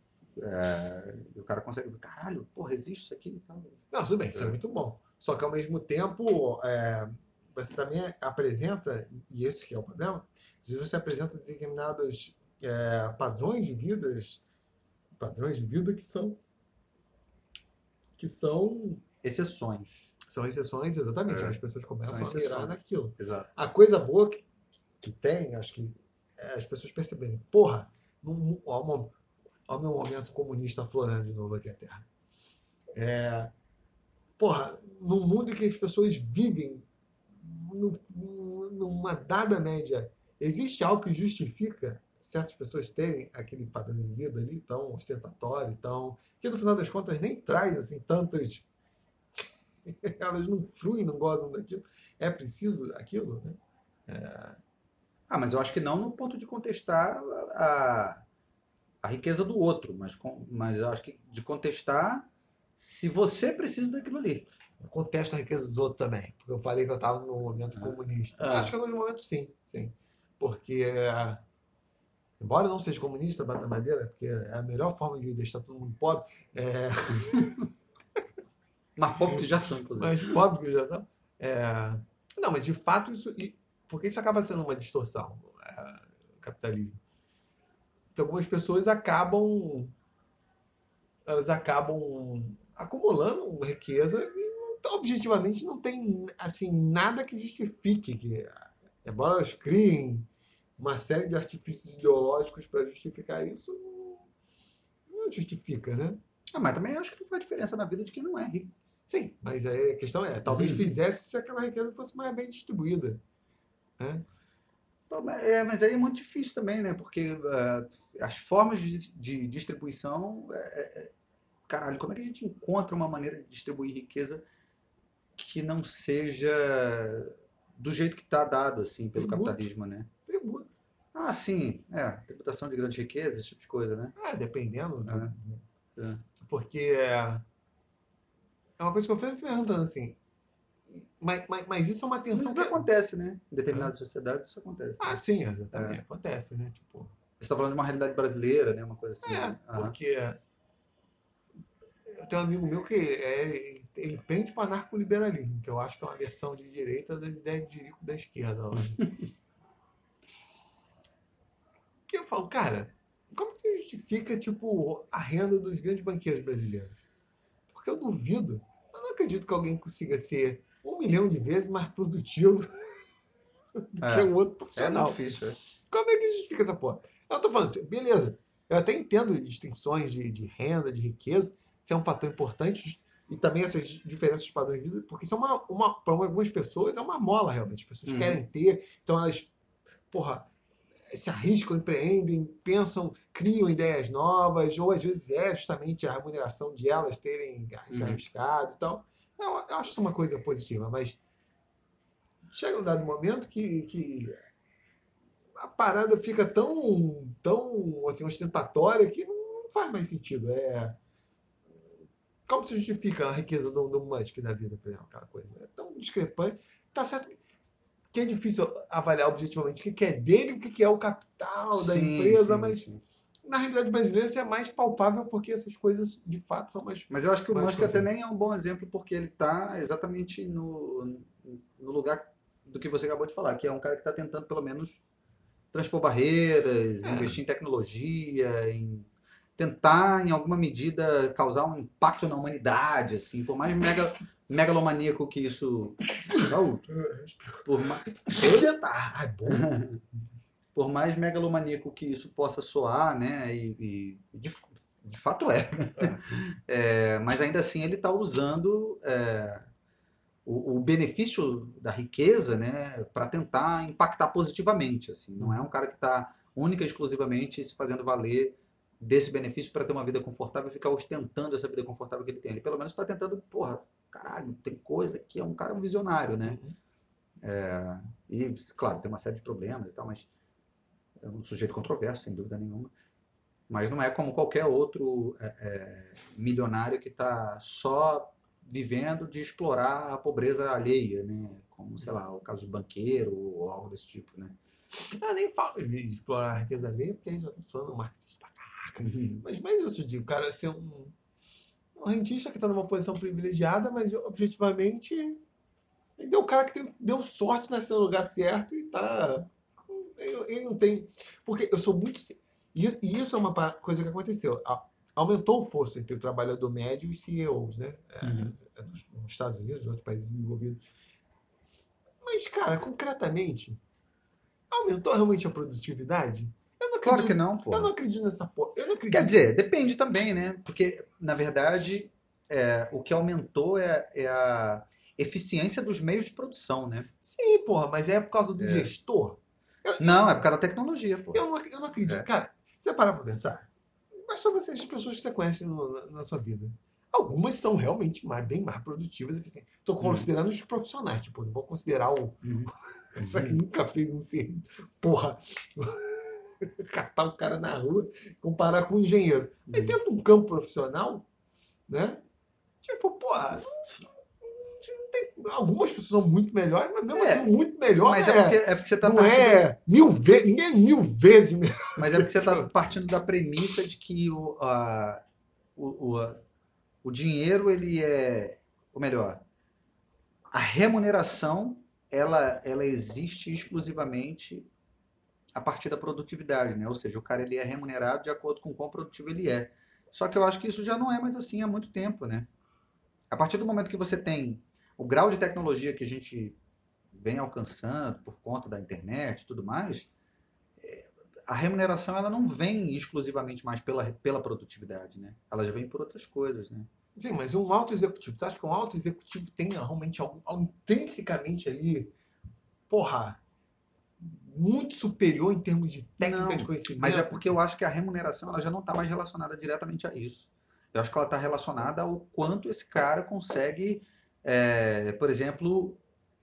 É, o cara consegue... Caralho, porra, existe isso aqui e tal. Não, tudo bem, isso é, é muito bom. Só que, ao mesmo tempo... É... você também apresenta, e esse que é o problema, às vezes você apresenta determinados é, padrões de vidas, padrões de vida que são que são Exceções. são exceções, exatamente. É. As pessoas começam São a mirar exceções. naquilo. Exato. A coisa boa que, que tem, acho que é as pessoas perceberem, porra, num, ó, uma, ó o meu momento comunista aflorando de novo aqui a Terra. É, porra, num mundo em que as pessoas vivem num- numa dada média, existe algo que justifica certas pessoas terem aquele padrão de vida ali tão ostentatório, tão, que no final das contas nem traz assim tantas. Elas não fruem, não gozam daquilo. É preciso aquilo, né? Ah, mas eu acho que não no ponto de contestar a, a riqueza do outro, mas, com, mas eu acho que de contestar se você precisa daquilo ali. Eu contesto a riqueza dos outros também, porque eu falei que eu estava num momento Ah. comunista. Ah. Acho que em alguns momentos sim, sim. Porque, é, embora eu não seja comunista, bata madeira, porque é a melhor forma de deixar todo mundo pobre, é, Mas pobre que já são, inclusive. mas pobre que já são. É, não, mas de fato isso. e- Porque isso acaba sendo uma distorção, é, o capitalismo. Então algumas pessoas acabam. Elas acabam acumulando riqueza e não- objetivamente não tem assim, nada que justifique que, embora elas criem uma série de artifícios ideológicos para justificar isso, não, não justifica, né? Ah, mas também acho que não faz diferença na vida de quem não é rico. Sim, mas aí a questão é, talvez Uhum. fizesse se aquela riqueza fosse mais bem distribuída. Né? Pô, mas- É, mas aí é muito difícil também, né? Porque ah, as formas de, de distribuição. é- é- é- caralho, como é que a gente encontra uma maneira de distribuir riqueza que não seja do jeito que está dado, assim, pelo Tributo. capitalismo, né? Tributo. Ah, sim, é, tributação de grandes riquezas, esse tipo de coisa, né? Ah, dependendo. Do, É, é. Porque é, é uma coisa que eu fico me perguntando assim, mas, mas, mas isso é uma Mas tensão isso que... acontece, né? Em determinadas sociedades isso acontece. Ah, Né? sim, exatamente. Acontece, né? Tipo, Você está falando de uma realidade brasileira, né? Uma coisa assim. é, Né? Aham. porque eu tenho um amigo meu que é, ele, ele pende para narcoliberalismo, que eu acho que é uma versão de direita das ideias de Jerico da esquerda. Lá. Que eu falo, cara, como que você justifica tipo, a renda dos grandes banqueiros brasileiros? Porque eu duvido, eu não acredito que alguém consiga ser um milhão de vezes mais produtivo do É. que um outro É profissional. muito difícil. É. Como é que justifica essa porra? Eu tô falando, assim, beleza, eu até entendo distinções de, de renda, de riqueza, isso é um fator importante, e também essas diferenças de padrões de vida, porque isso é uma, uma para algumas pessoas, é uma mola realmente. As pessoas Uhum. querem ter, então elas, porra, se arriscam, empreendem, pensam, criam ideias novas, ou às vezes é justamente a remuneração de elas terem se Uhum. arriscado e tal. Eu, eu acho isso uma coisa positiva, mas chega um dado momento que, que a parada fica tão, tão assim, ostentatória que não faz mais sentido. É, como se justifica a riqueza do, do Musk da vida, por exemplo, aquela coisa? É tão discrepante. Tá certo que é difícil avaliar objetivamente o que que é dele e o que que é o capital da Sim, empresa, sim, mas sim. na realidade brasileira isso é mais palpável porque essas coisas de fato são mais. Mas eu acho que o mais Musk até conscientes. nem é um bom exemplo porque ele está exatamente no, no lugar do que você acabou de falar, que é um cara que está tentando pelo menos transpor barreiras, É. investir em tecnologia, em tentar em alguma medida causar um impacto na humanidade, assim, por mais mega, megalomaníaco que isso, Raul, por, ma- Ah, é bom. por mais megalomaníaco que isso possa soar, né, e, e de, de fato é, É, mas ainda assim ele está usando é, o, o benefício da riqueza, né, para tentar impactar positivamente, assim, não é um cara que está única e exclusivamente se fazendo valer desse benefício para ter uma vida confortável e ficar ostentando essa vida confortável que ele tem. Ele pelo menos está tentando, porra, caralho, tem coisa que é um cara um visionário, né? É, e, claro, tem uma série de problemas e tal, mas é um sujeito controverso, sem dúvida nenhuma. Mas não é como qualquer outro é, é, milionário que está só vivendo de explorar a pobreza alheia, né? Como, sei lá, o caso de banqueiro ou algo desse tipo, né? Eu nem falo de explorar a riqueza alheia, porque aí já está falando marxista pra caraca. Mas, mas isso de o cara ser um, um rentista que está numa posição privilegiada, mas objetivamente Ele deu o cara que tem, deu sorte de nascer no lugar certo e tá... Ele, ele não tem... Porque eu sou muito... E, e isso é uma pa- coisa que aconteceu. A- aumentou o fosso entre o trabalhador médio e os C E Os, né? É, Uhum. é, nos, nos Estados Unidos, nos outros países desenvolvidos. Mas, cara, concretamente, aumentou realmente a produtividade? Eu não Claro acredito, que não, pô. eu não acredito nessa porra. Eu não acredito. Quer dizer, depende também, né? Porque, na verdade, é, o que aumentou é, é a eficiência dos meios de produção, né? Sim, porra, mas é por causa do É. gestor. Eu, Não, é por causa da tecnologia, pô. eu, não, eu não acredito. É. Cara, você parar pra pensar, mas só você, as pessoas que você conhece no- na, na sua vida. Algumas são realmente mais, bem mais produtivas. Estou Uhum. considerando os profissionais, tipo, não vou considerar o Uhum. cara que nunca fez um serviço. Porra, catar o cara na rua, comparar com um engenheiro. Aí Uhum. dentro de um campo profissional, né? Tipo, porra, você não tem- algumas pessoas são muito melhores, mas mesmo É, assim, muito melhor Mas é, é porque, é porque você está não partindo, é mil vezes, ninguém é mil vezes melhor. mas é porque você tá partindo da premissa de que o, a, o, o, a- o dinheiro, ele é... Ou melhor, a remuneração, ela, ela existe exclusivamente a partir da produtividade, né? Ou seja, o cara ele é remunerado de acordo com quão produtivo ele é. Só que eu acho que isso já não é mais assim há muito tempo, né? A partir do momento que você tem o grau de tecnologia que a gente vem alcançando por conta da internet e tudo mais, é, a remuneração ela não vem exclusivamente mais pela, pela produtividade, né? Ela já vem por outras coisas, né? Sim, mas um alto executivo, você acha que um alto executivo tem realmente algo, algo intrinsecamente ali, porra, muito superior em termos de técnica Não, de conhecimento? mas é porque eu acho que a remuneração ela já não está mais relacionada diretamente a isso. Eu acho que ela está relacionada ao quanto esse cara consegue, é, por exemplo,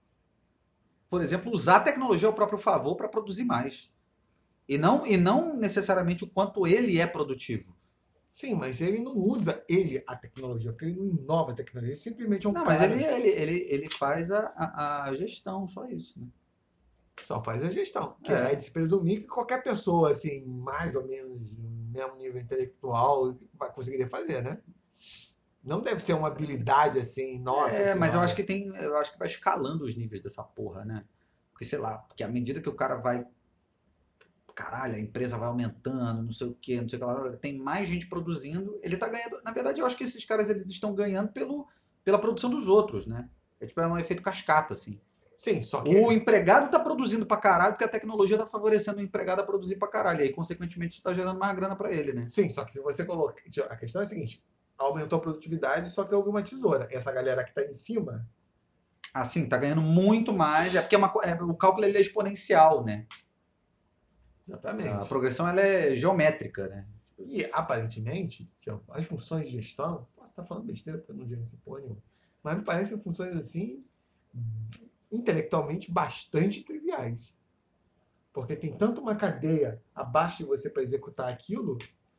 por exemplo, usar a tecnologia ao próprio favor para produzir mais. E não, e não necessariamente o quanto ele é produtivo. Sim, mas ele não usa ele a tecnologia, porque ele não inova a tecnologia, ele simplesmente é um Não, cara. mas ele, ele, ele, ele faz a, a, a gestão, só isso. Né? Só faz a gestão. Que É. é de se presumir que qualquer pessoa, assim, mais ou menos no mesmo nível intelectual, vai conseguir fazer, né? Não deve ser uma habilidade assim, nossa. É, mas eu senhora. acho que tem. Eu acho que vai escalando os níveis dessa porra, né? Porque, sei lá, porque à medida que o cara vai. Caralho, a empresa vai aumentando, não sei o quê, não sei o que lá, tem mais gente produzindo, ele tá ganhando. Na verdade, eu acho que esses caras eles estão ganhando pelo, pela produção dos outros, né? É tipo, é um efeito cascata, assim. Sim, só que. O empregado tá produzindo pra caralho porque a tecnologia tá favorecendo o empregado a produzir pra caralho. E aí, consequentemente, isso tá gerando mais grana pra ele, né? Sim, só que se você coloca. A questão é a seguinte: aumentou a produtividade, só que houve uma tesoura. Essa galera que tá em cima. Assim, tá ganhando muito mais. É porque é uma, é, o cálculo ele é exponencial, né? Exatamente. A progressão ela é geométrica, né? E aparentemente, que as funções de gestão, posso estar falando besteira porque eu não gerencio porra nenhuma, mas me parecem funções assim, intelectualmente bastante triviais. Porque tem tanto uma cadeia abaixo de você para executar aquilo.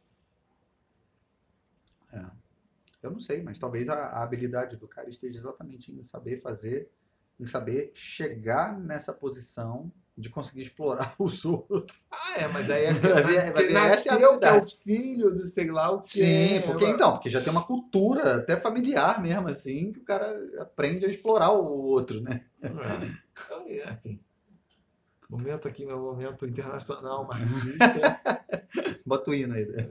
É. Eu não sei, mas talvez a, a habilidade do cara esteja exatamente em saber fazer, em saber chegar nessa posição de conseguir explorar os outros. Ah, é, mas aí é que, Vai ver- vai ver, essa é a nasceu que é o habilidade. filho do sei lá o que. Sim, porque então, porque já tem uma cultura até familiar mesmo, assim, que o cara aprende a explorar o outro, né? É. Então, é, assim, momento aqui, meu momento internacional marxista. Bota o hino aí. Né?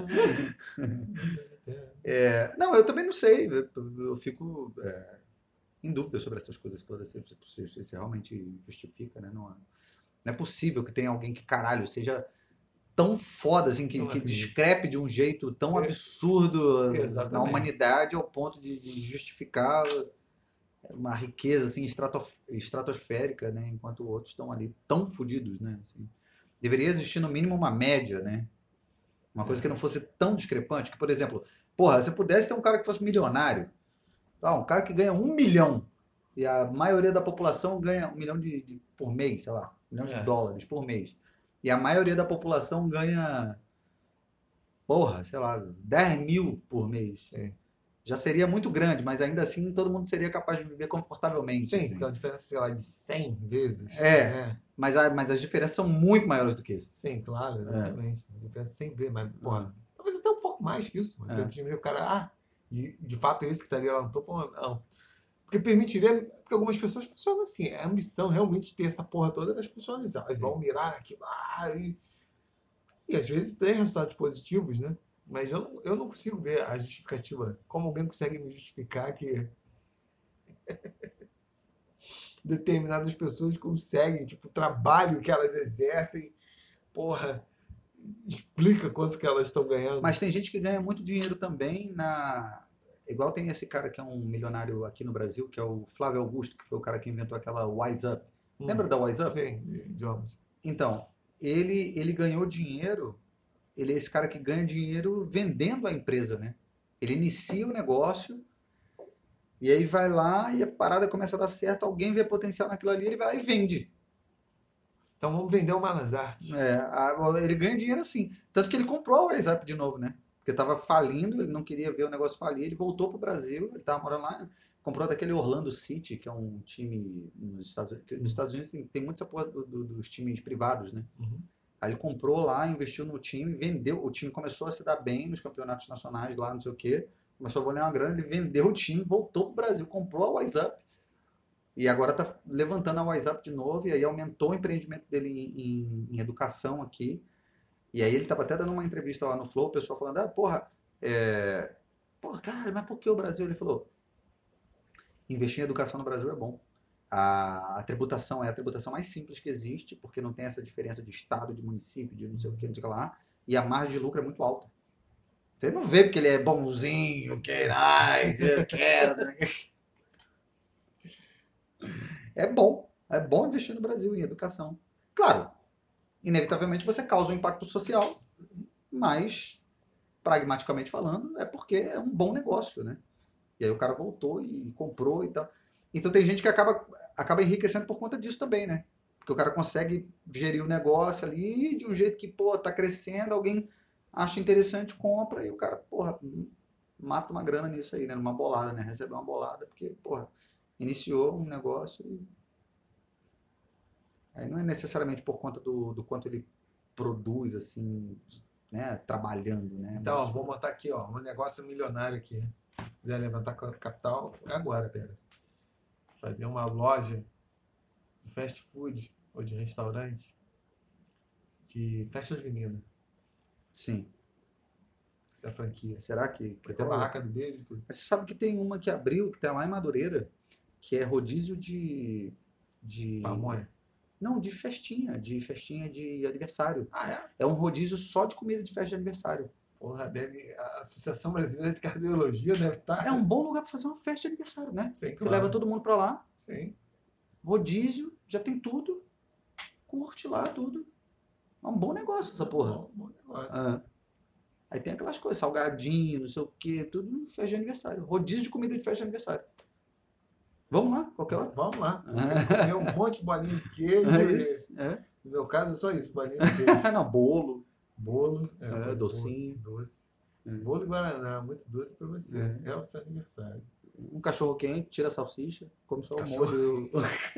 É, não, eu também não sei. Eu, eu fico é, em dúvida sobre essas coisas todas, se, se, se realmente justifica, né? Não é, não é possível que tenha alguém que, caralho, seja tão foda, assim, que, que discrepe de um jeito tão absurdo Exatamente. na humanidade ao ponto de, de justificar uma riqueza, assim, estratof, estratosférica, né? Enquanto outros estão ali tão fodidos, né? Assim, deveria existir, no mínimo, uma média, né? Uma coisa que não fosse tão discrepante, que, por exemplo, porra, se pudesse ter um cara que fosse milionário, ah, um cara que ganha um milhão, e a maioria da população ganha um milhão de, de por mês, sei lá, um milhão de É. dólares por mês. E a maioria da população ganha, porra, sei lá, dez mil por mês. É. Já seria muito grande, mas ainda assim todo mundo seria capaz de viver confortavelmente. Sim, assim. tem uma diferença, sei lá, de cem vezes. É. Né? Mas, a, mas as diferenças são muito maiores do que isso. Sim, claro, exatamente. A diferença cem vezes, mas, porra, Uhum. talvez até um pouco mais que isso. É. É. O cara, ah, e de fato esse que estaria lá no topo, não. Porque permitiria, porque algumas pessoas funcionam assim, é a ambição realmente ter essa porra toda, elas funcionam assim, elas vão mirar aqui, lá, e, e às vezes tem resultados positivos, né? Mas eu não, eu não consigo ver a justificativa, como alguém consegue me justificar que determinadas pessoas conseguem, tipo, o trabalho que elas exercem, porra, explica quanto que elas estão ganhando. Mas tem gente que ganha muito dinheiro também na... Igual tem esse cara que é um milionário aqui no Brasil, que é o Flávio Augusto, que foi o cara que inventou aquela Wise Up. Hum, Lembra da Wise Up? sim, Jones. Então, ele, ele ganhou dinheiro, ele é esse cara que ganha dinheiro vendendo a empresa, né? Ele inicia o negócio, e aí vai lá e a parada começa a dar certo, alguém vê potencial naquilo ali, ele vai lá e vende. Então vamos vender o Malas Artes. É, a- ele ganha dinheiro assim. Tanto que ele comprou a Wise Up de novo, né? Porque estava falindo, ele não queria ver o negócio falir, ele voltou para o Brasil, ele estava morando lá, comprou daquele Orlando City, que é um time nos Estados Unidos. Nos Estados Unidos tem, tem muito essa porra do- do- dos times privados, né? Uhum. Aí ele comprou lá, investiu no time, vendeu, o time começou a se dar bem nos campeonatos nacionais lá, não sei o quê, começou a valer uma grana, ele vendeu o time, voltou para o Brasil, comprou a Wise Up, e agora está levantando a Wise Up de novo, e aí aumentou o empreendimento dele em, em- em educação aqui. E aí ele estava até dando uma entrevista lá no Flow, o pessoal falando, ah, porra, é... porra, cara, mas por que o Brasil? Ele falou, investir em educação no Brasil é bom. A, a tributação é a tributação mais simples que existe, porque não tem essa diferença de estado, de município, de não sei o que, não sei o que lá, e a margem de lucro é muito alta. Você não vê porque ele é bonzinho, que ai, eu quero. né? É bom, é bom investir no Brasil em educação. Claro, inevitavelmente você causa um impacto social, mas, pragmaticamente falando, é porque é um bom negócio, né? E aí o cara voltou e comprou e tal. Então tem gente que acaba, acaba enriquecendo por conta disso também, né? Porque o cara consegue gerir o negócio ali de um jeito que, pô, tá crescendo, alguém acha interessante, compra, e o cara, porra, mata uma grana nisso aí, né? Numa bolada, né? Recebe uma bolada, porque, porra, iniciou um negócio e... Aí não é necessariamente por conta do, do quanto ele produz, assim, né? Trabalhando, né? Então, ó, vou botar aqui, ó, um negócio milionário aqui. Se quiser levantar capital, é agora, pera. Fazer uma loja de fast food ou de restaurante de festas juninas. Sim. Isso é a franquia. Será que... que Tem até a lá- barraca do beijo e tudo. Mas você sabe que tem uma que abriu, que tá lá em Madureira, que é rodízio de... de... Pamonha. Não, de festinha, de festinha de aniversário. Ah, é? É um rodízio só de comida de festa de aniversário. Porra, deve, a Associação Brasileira de Cardiologia deve estar... É um bom lugar para fazer uma festa de aniversário, né? Sim, Você claro. leva todo mundo para lá, Sim. rodízio, já tem tudo, curte lá tudo. É um bom negócio essa porra. Bom, bom negócio. Ah. Aí tem aquelas coisas, salgadinho, não sei o que, tudo festa de aniversário. Rodízio de comida de festa de aniversário. Vamos lá, qualquer hora. Vamos lá. Ah. Comer um monte de bolinha de queijo. É e- isso. É. No meu caso é só isso, bolinha de queijo. Não, bolo. Bolo. É, bolo, docinho. Doce. É. Bolo e Guaraná, muito doce pra você. É. É, o seu aniversário. Um cachorro quente, tira a salsicha, come só o Cachorro. molho.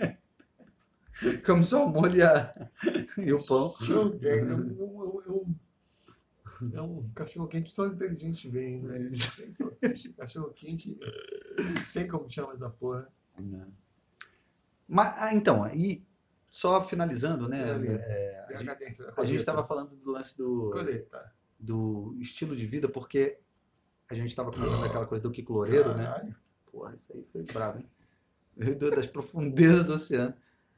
Come só o molho e, a... e o pão. Cachorro quente. É um, é um- é um- é um cachorro quente, só os inteligentes veem, né? Sem salsicha, cachorro quente. Não sei como chama essa porra. Mas, ah, então, e só finalizando, né? Finaliza. é, E a cadência da a gente colheita? estava falando do lance do, Colheita. do estilo de vida, porque a gente estava comentando aquela coisa do Kiko Loureiro, né? Caralho. Porra, isso aí foi bravo, hein? Veio do- das profundezas do oceano.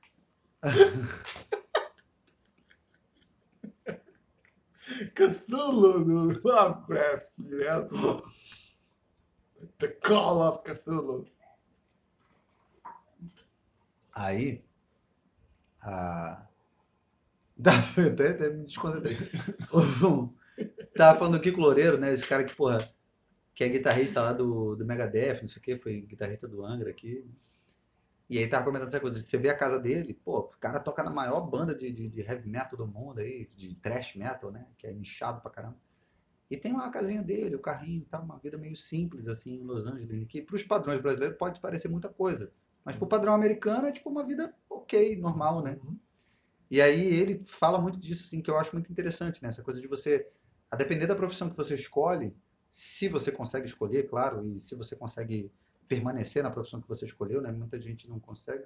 Cthulhu do Lovecraft, direto do The Call of Cthulhu. Aí, a... Dá- até, até me desconcentrei. O- Tava falando do Kiko Loureiro, né? Esse cara que, porra, que é guitarrista lá do, do Megadeth, não sei o que, foi guitarrista do Angra aqui. E aí tava comentando essa coisa, você vê a casa dele, pô, o cara toca na maior banda de, de, de heavy metal do mundo aí, de thrash metal, né? Que é nichado pra caramba. E tem lá a casinha dele, o carrinho, tá, uma vida meio simples, assim, em Los Angeles, que pros padrões brasileiros pode parecer muita coisa. Mas pro padrão americano é tipo uma vida ok, normal, né? Uhum. E aí ele fala muito disso, assim, que eu acho muito interessante, né? Essa coisa de você, a depender da profissão que você escolhe, se você consegue escolher, claro, e se você consegue permanecer na profissão que você escolheu, né? Muita gente não consegue.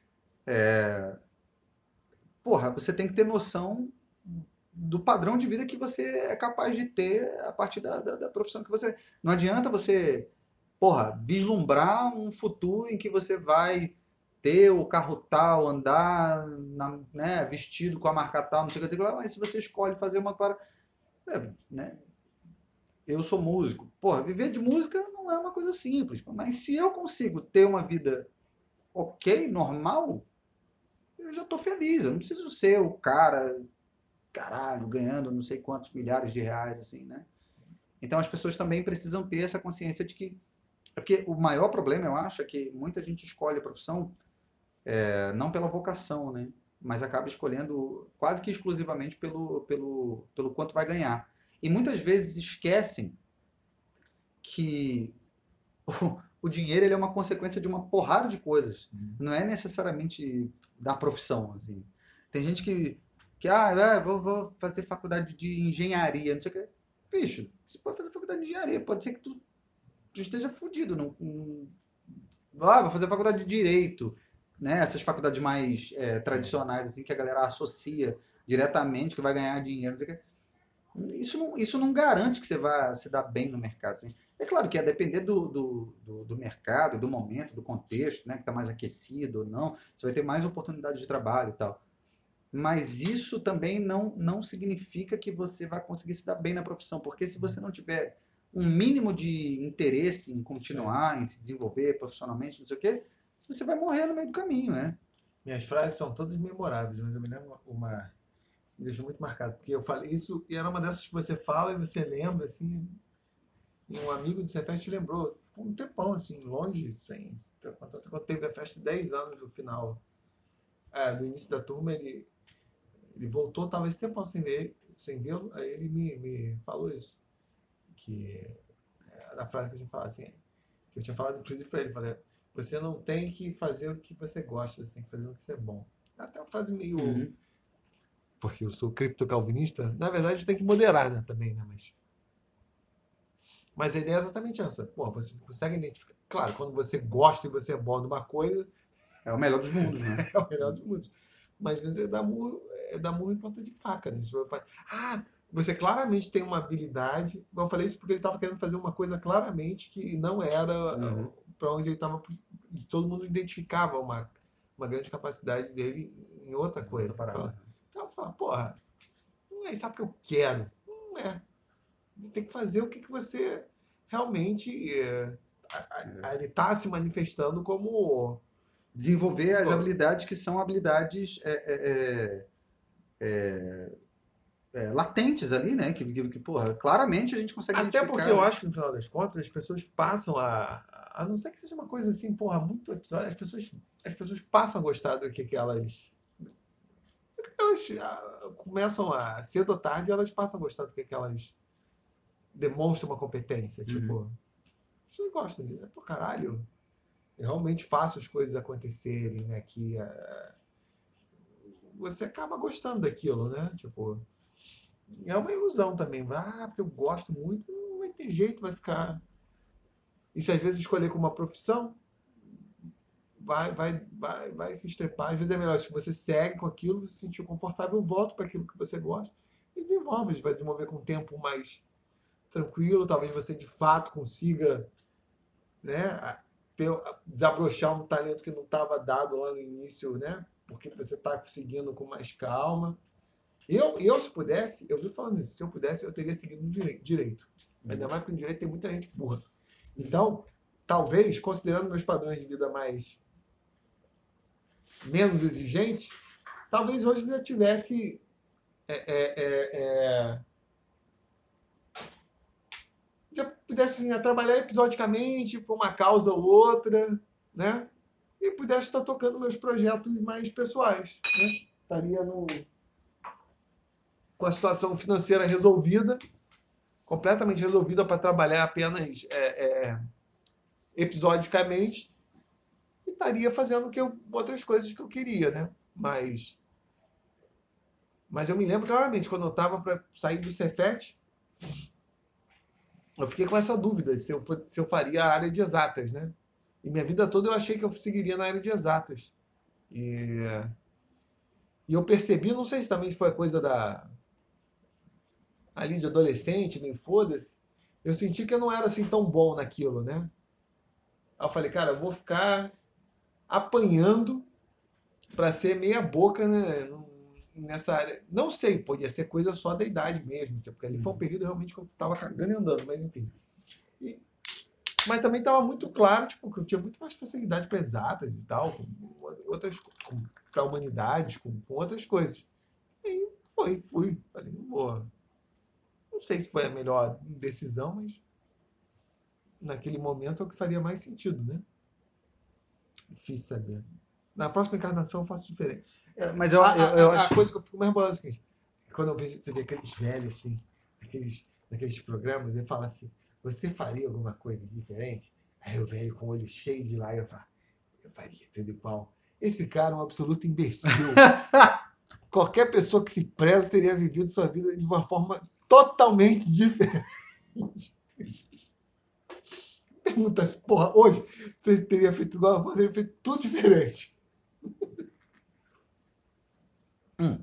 É, porra, você tem que ter noção do padrão de vida que você é capaz de ter a partir da, da, da profissão que você... Não adianta você, porra, vislumbrar um futuro em que você vai ter o carro tal, andar na, né, vestido com a marca tal, não sei o que, mas se você escolhe fazer uma para... É, né? Eu sou músico. Porra, viver de música não é uma coisa simples, mas se eu consigo ter uma vida ok, normal, eu já estou feliz. Eu não preciso ser o cara, caralho, ganhando não sei quantos milhares de reais, assim, né? Então as pessoas também precisam ter essa consciência de que... Porque o maior problema, eu acho, é que muita gente escolhe a profissão é, não pela vocação, né? Mas acaba escolhendo quase que exclusivamente pelo, pelo, pelo quanto vai ganhar. E muitas vezes esquecem que o, o dinheiro ele é uma consequência de uma porrada de coisas. Uhum. Não é necessariamente da profissão. Assim. Tem gente que, que ah, é, vou, vou fazer faculdade de engenharia, não sei o que. Bicho, você pode fazer faculdade de engenharia, pode ser que tu, tu esteja fudido. Não, não, ah, vou fazer faculdade de direito. Né? Essas faculdades mais é, tradicionais, assim, que a galera associa diretamente, que vai ganhar dinheiro, não sei o que. Isso não, isso não garante que você vai se dar bem no mercado. Assim. É claro que ia depender do, do, do, do mercado, do momento, do contexto, né, que está mais aquecido ou não. Você vai ter mais oportunidade de trabalho e tal. Mas isso também não, não significa que você vai conseguir se dar bem na profissão. Porque se você não tiver um mínimo de interesse em continuar, em se desenvolver profissionalmente, não sei o quê, você vai morrer no meio do caminho, né? Minhas frases são todas memoráveis, mas eu me lembro uma... me deixou muito marcado, porque eu falei isso e era uma dessas que você fala e você lembra, assim, e um amigo do Cefest lembrou, ficou um tempão, assim, longe, sem, quando teve a festa, dez anos do final, é, do início da turma, ele, ele voltou, estava esse tempão sem ver, sem vê-lo, aí ele me, me falou isso, que era a frase que a gente falava assim, que eu tinha falado inclusive para ele, falei, você não tem que fazer o que você gosta, você tem que fazer o que você é bom. Até uma frase meio... Uhum. Porque eu sou criptocalvinista, na verdade tem que moderar, né, também, né, mas... Mas a ideia é exatamente essa. Pô, você consegue identificar... Claro, quando você gosta e você é bom numa coisa... É o melhor dos mundos, né? É o melhor dos mundos. Mas às vezes é dar murro, é dar murro em ponta de faca, né? Ah, você claramente tem uma habilidade... Eu falei isso porque ele estava querendo fazer uma coisa claramente que não era uhum. para onde ele estava... E todo mundo identificava uma, uma grande capacidade dele em outra coisa. Outra então, fala, porra, não é isso que eu quero. Não é. Tem que fazer o que, que você realmente é, ele está se manifestando como... Desenvolver as habilidades que são habilidades é, é, é, é, latentes ali, né? Que, que, que, porra, claramente a gente consegue Até identificar. Porque eu acho que, no final das contas, as pessoas passam a... A não ser que seja uma coisa assim, porra, muito episódio, as pessoas, as pessoas passam a gostar do que, que elas... Elas começam a, cedo ou tarde, elas passam a gostar do que, que elas demonstram uma competência. Uhum. Tipo, as pessoas gostam disso. Pô, caralho, eu realmente faço as coisas acontecerem, né? Que uh, você acaba gostando daquilo, né? Tipo, é uma ilusão também. Ah, porque eu gosto muito, não vai ter jeito, vai ficar... E se às vezes escolher como uma profissão, vai, vai, vai, vai se estrepar. Às vezes é melhor, se você segue com aquilo, você se sentiu confortável, volta para aquilo que você gosta e desenvolve. Vai desenvolver com um tempo mais tranquilo, talvez você de fato consiga, né, ter, desabrochar um talento que não estava dado lá no início, né, porque você está conseguindo com mais calma. Eu, eu, se pudesse, eu vivo falando isso, se eu pudesse, eu teria seguido no direito. Ainda mais porque no direito tem muita gente burra. Então, talvez, considerando meus padrões de vida mais menos exigentes, talvez hoje eu já tivesse é, é, é, é, já pudesse assim, trabalhar episodicamente por uma causa ou outra, né? E pudesse estar tocando meus projetos mais pessoais, né? Estaria no, com a situação financeira resolvida, completamente resolvida para trabalhar apenas é, é, episodicamente e estaria fazendo que eu, outras coisas que eu queria, né? Mas, mas eu me lembro claramente, quando eu estava para sair do Cefet, eu fiquei com essa dúvida se eu, se eu faria a área de exatas, né? E minha vida toda eu achei que eu seguiria na área de exatas. E, e eu percebi, não sei se também foi coisa da... ali de adolescente, meio foda-se. Eu senti que eu não era assim tão bom naquilo, né? Aí eu falei, cara, eu vou ficar apanhando para ser meia boca, né, nessa área. Não sei, podia ser coisa só da idade mesmo, porque ali foi um período realmente que eu estava cagando e andando, mas enfim. E, mas também estava muito claro, tipo, que eu tinha muito mais facilidade para exatas e tal, com outras, para humanidades, com, com outras coisas. E foi, fui. Falei, não vou. Não sei se foi a melhor decisão, mas naquele momento é o que faria mais sentido, né? Difícil saber. Na próxima encarnação eu faço diferente. É, mas eu, a, eu, eu a, acho... a coisa que eu fico mais bolado é o seguinte: quando eu vejo, você vê aqueles velhos, assim, aqueles, naqueles programas, ele fala assim, você faria alguma coisa diferente? Aí o velho com o olho cheio de lágrimas fala, eu faria tudo igual. Esse cara é um absoluto imbecil. Qualquer pessoa que se preza teria vivido sua vida de uma forma totalmente diferente. Pergunta assim, porra, hoje você teria feito igual, eu teria feito tudo diferente. Hum.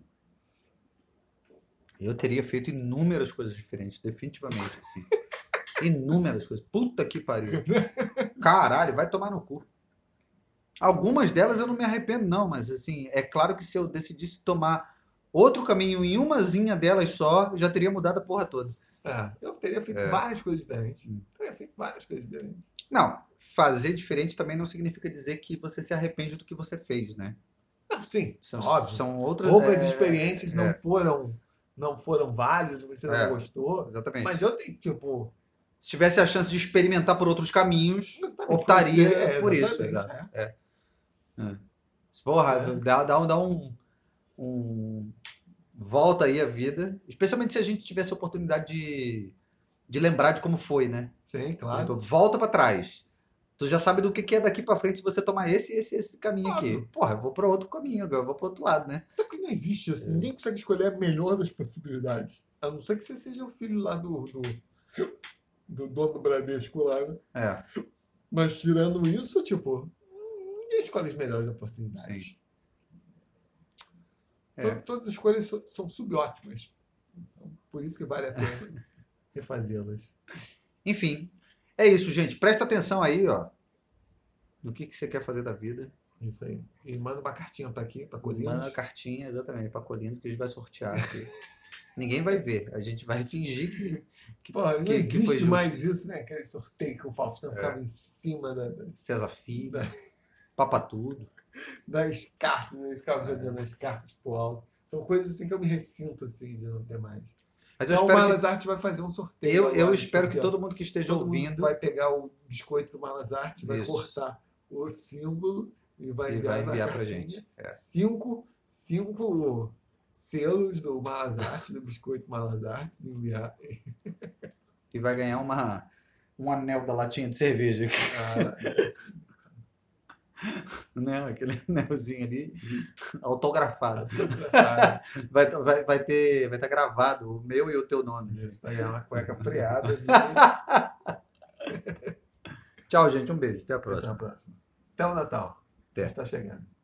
Eu teria feito inúmeras coisas diferentes, definitivamente, assim. Inúmeras coisas. Puta que pariu. Caralho, vai tomar no cu. Algumas delas eu não me arrependo, não, mas assim, é claro que se eu decidisse tomar outro caminho em umazinha delas só, eu já teria mudado a porra toda. É, eu teria feito É. várias coisas diferentes. Eu teria feito várias coisas diferentes. Não, fazer diferente também não significa dizer que você se arrepende do que você fez, né? Não, sim, São, óbvio. são outras... Poucas é, experiências é, não foram não foram válidas, você não É, gostou. exatamente. Mas eu tenho, tipo... Se tivesse a chance de experimentar por outros caminhos, Exatamente, optaria você- é, por isso. exatamente, Exato. É. É. Porra, É. dá, dá, um- dá um, um... Volta aí a vida. Especialmente se a gente tivesse a oportunidade de, de lembrar de como foi, né? Sim, Por claro. exemplo, volta pra trás. Tu já sabe do que que é daqui pra frente se você tomar esse esse esse caminho aqui. Óbvio. Porra, eu vou pra outro caminho agora, eu vou pro outro lado, né? Até porque não existe assim, ninguém consegue escolher a melhor das possibilidades. A não ser que você seja o filho lá do, do, do dono do Bradesco lá, né? É. Mas tirando isso, tipo, ninguém escolhe as melhores oportunidades. Sim. To- É. Todas as escolhas so- são subótimas. Então, por isso que vale a pena refazê-las. Enfim, é isso, gente. Presta atenção aí, ó, no que, que você quer fazer da vida. Isso aí. E manda uma cartinha pra aqui, pra Colinas. Manda a cartinha, exatamente, pra Colinas, que a gente vai sortear aqui. Ninguém vai ver. A gente vai fingir que, que, Pô, não que, que existe foi justo. mais isso, né? Aquele sorteio que o Faustão É. ficava em cima da, da- César Filho, Papa Tudo. das cartas, né? Ele ficava jogando as cartas pro alto. São coisas assim que eu me ressinto assim, de não ter mais. Mas eu Então o espero Malas que, Arte vai fazer um sorteio. eu, eu agora, espero que sorteio. todo mundo que esteja Todo mundo ouvindo vai pegar o biscoito do Malas Arte, vai Isso. cortar o símbolo e vai e enviar, vai na enviar pra cartinha. gente. É. Cinco, cinco selos do Malas Arte, do biscoito Malas Arte, enviar. E vai ganhar uma, um anel da latinha de cerveja. Ah, Né? Aquele anelzinho ali, autografado. ah, Vai estar vai, vai ter, vai tá gravado o meu e o teu nome. isso, vai ganhar uma cueca freada. Tchau, gente. Um beijo. Até a Até próxima. a próxima. Até o Natal. Até. Está chegando.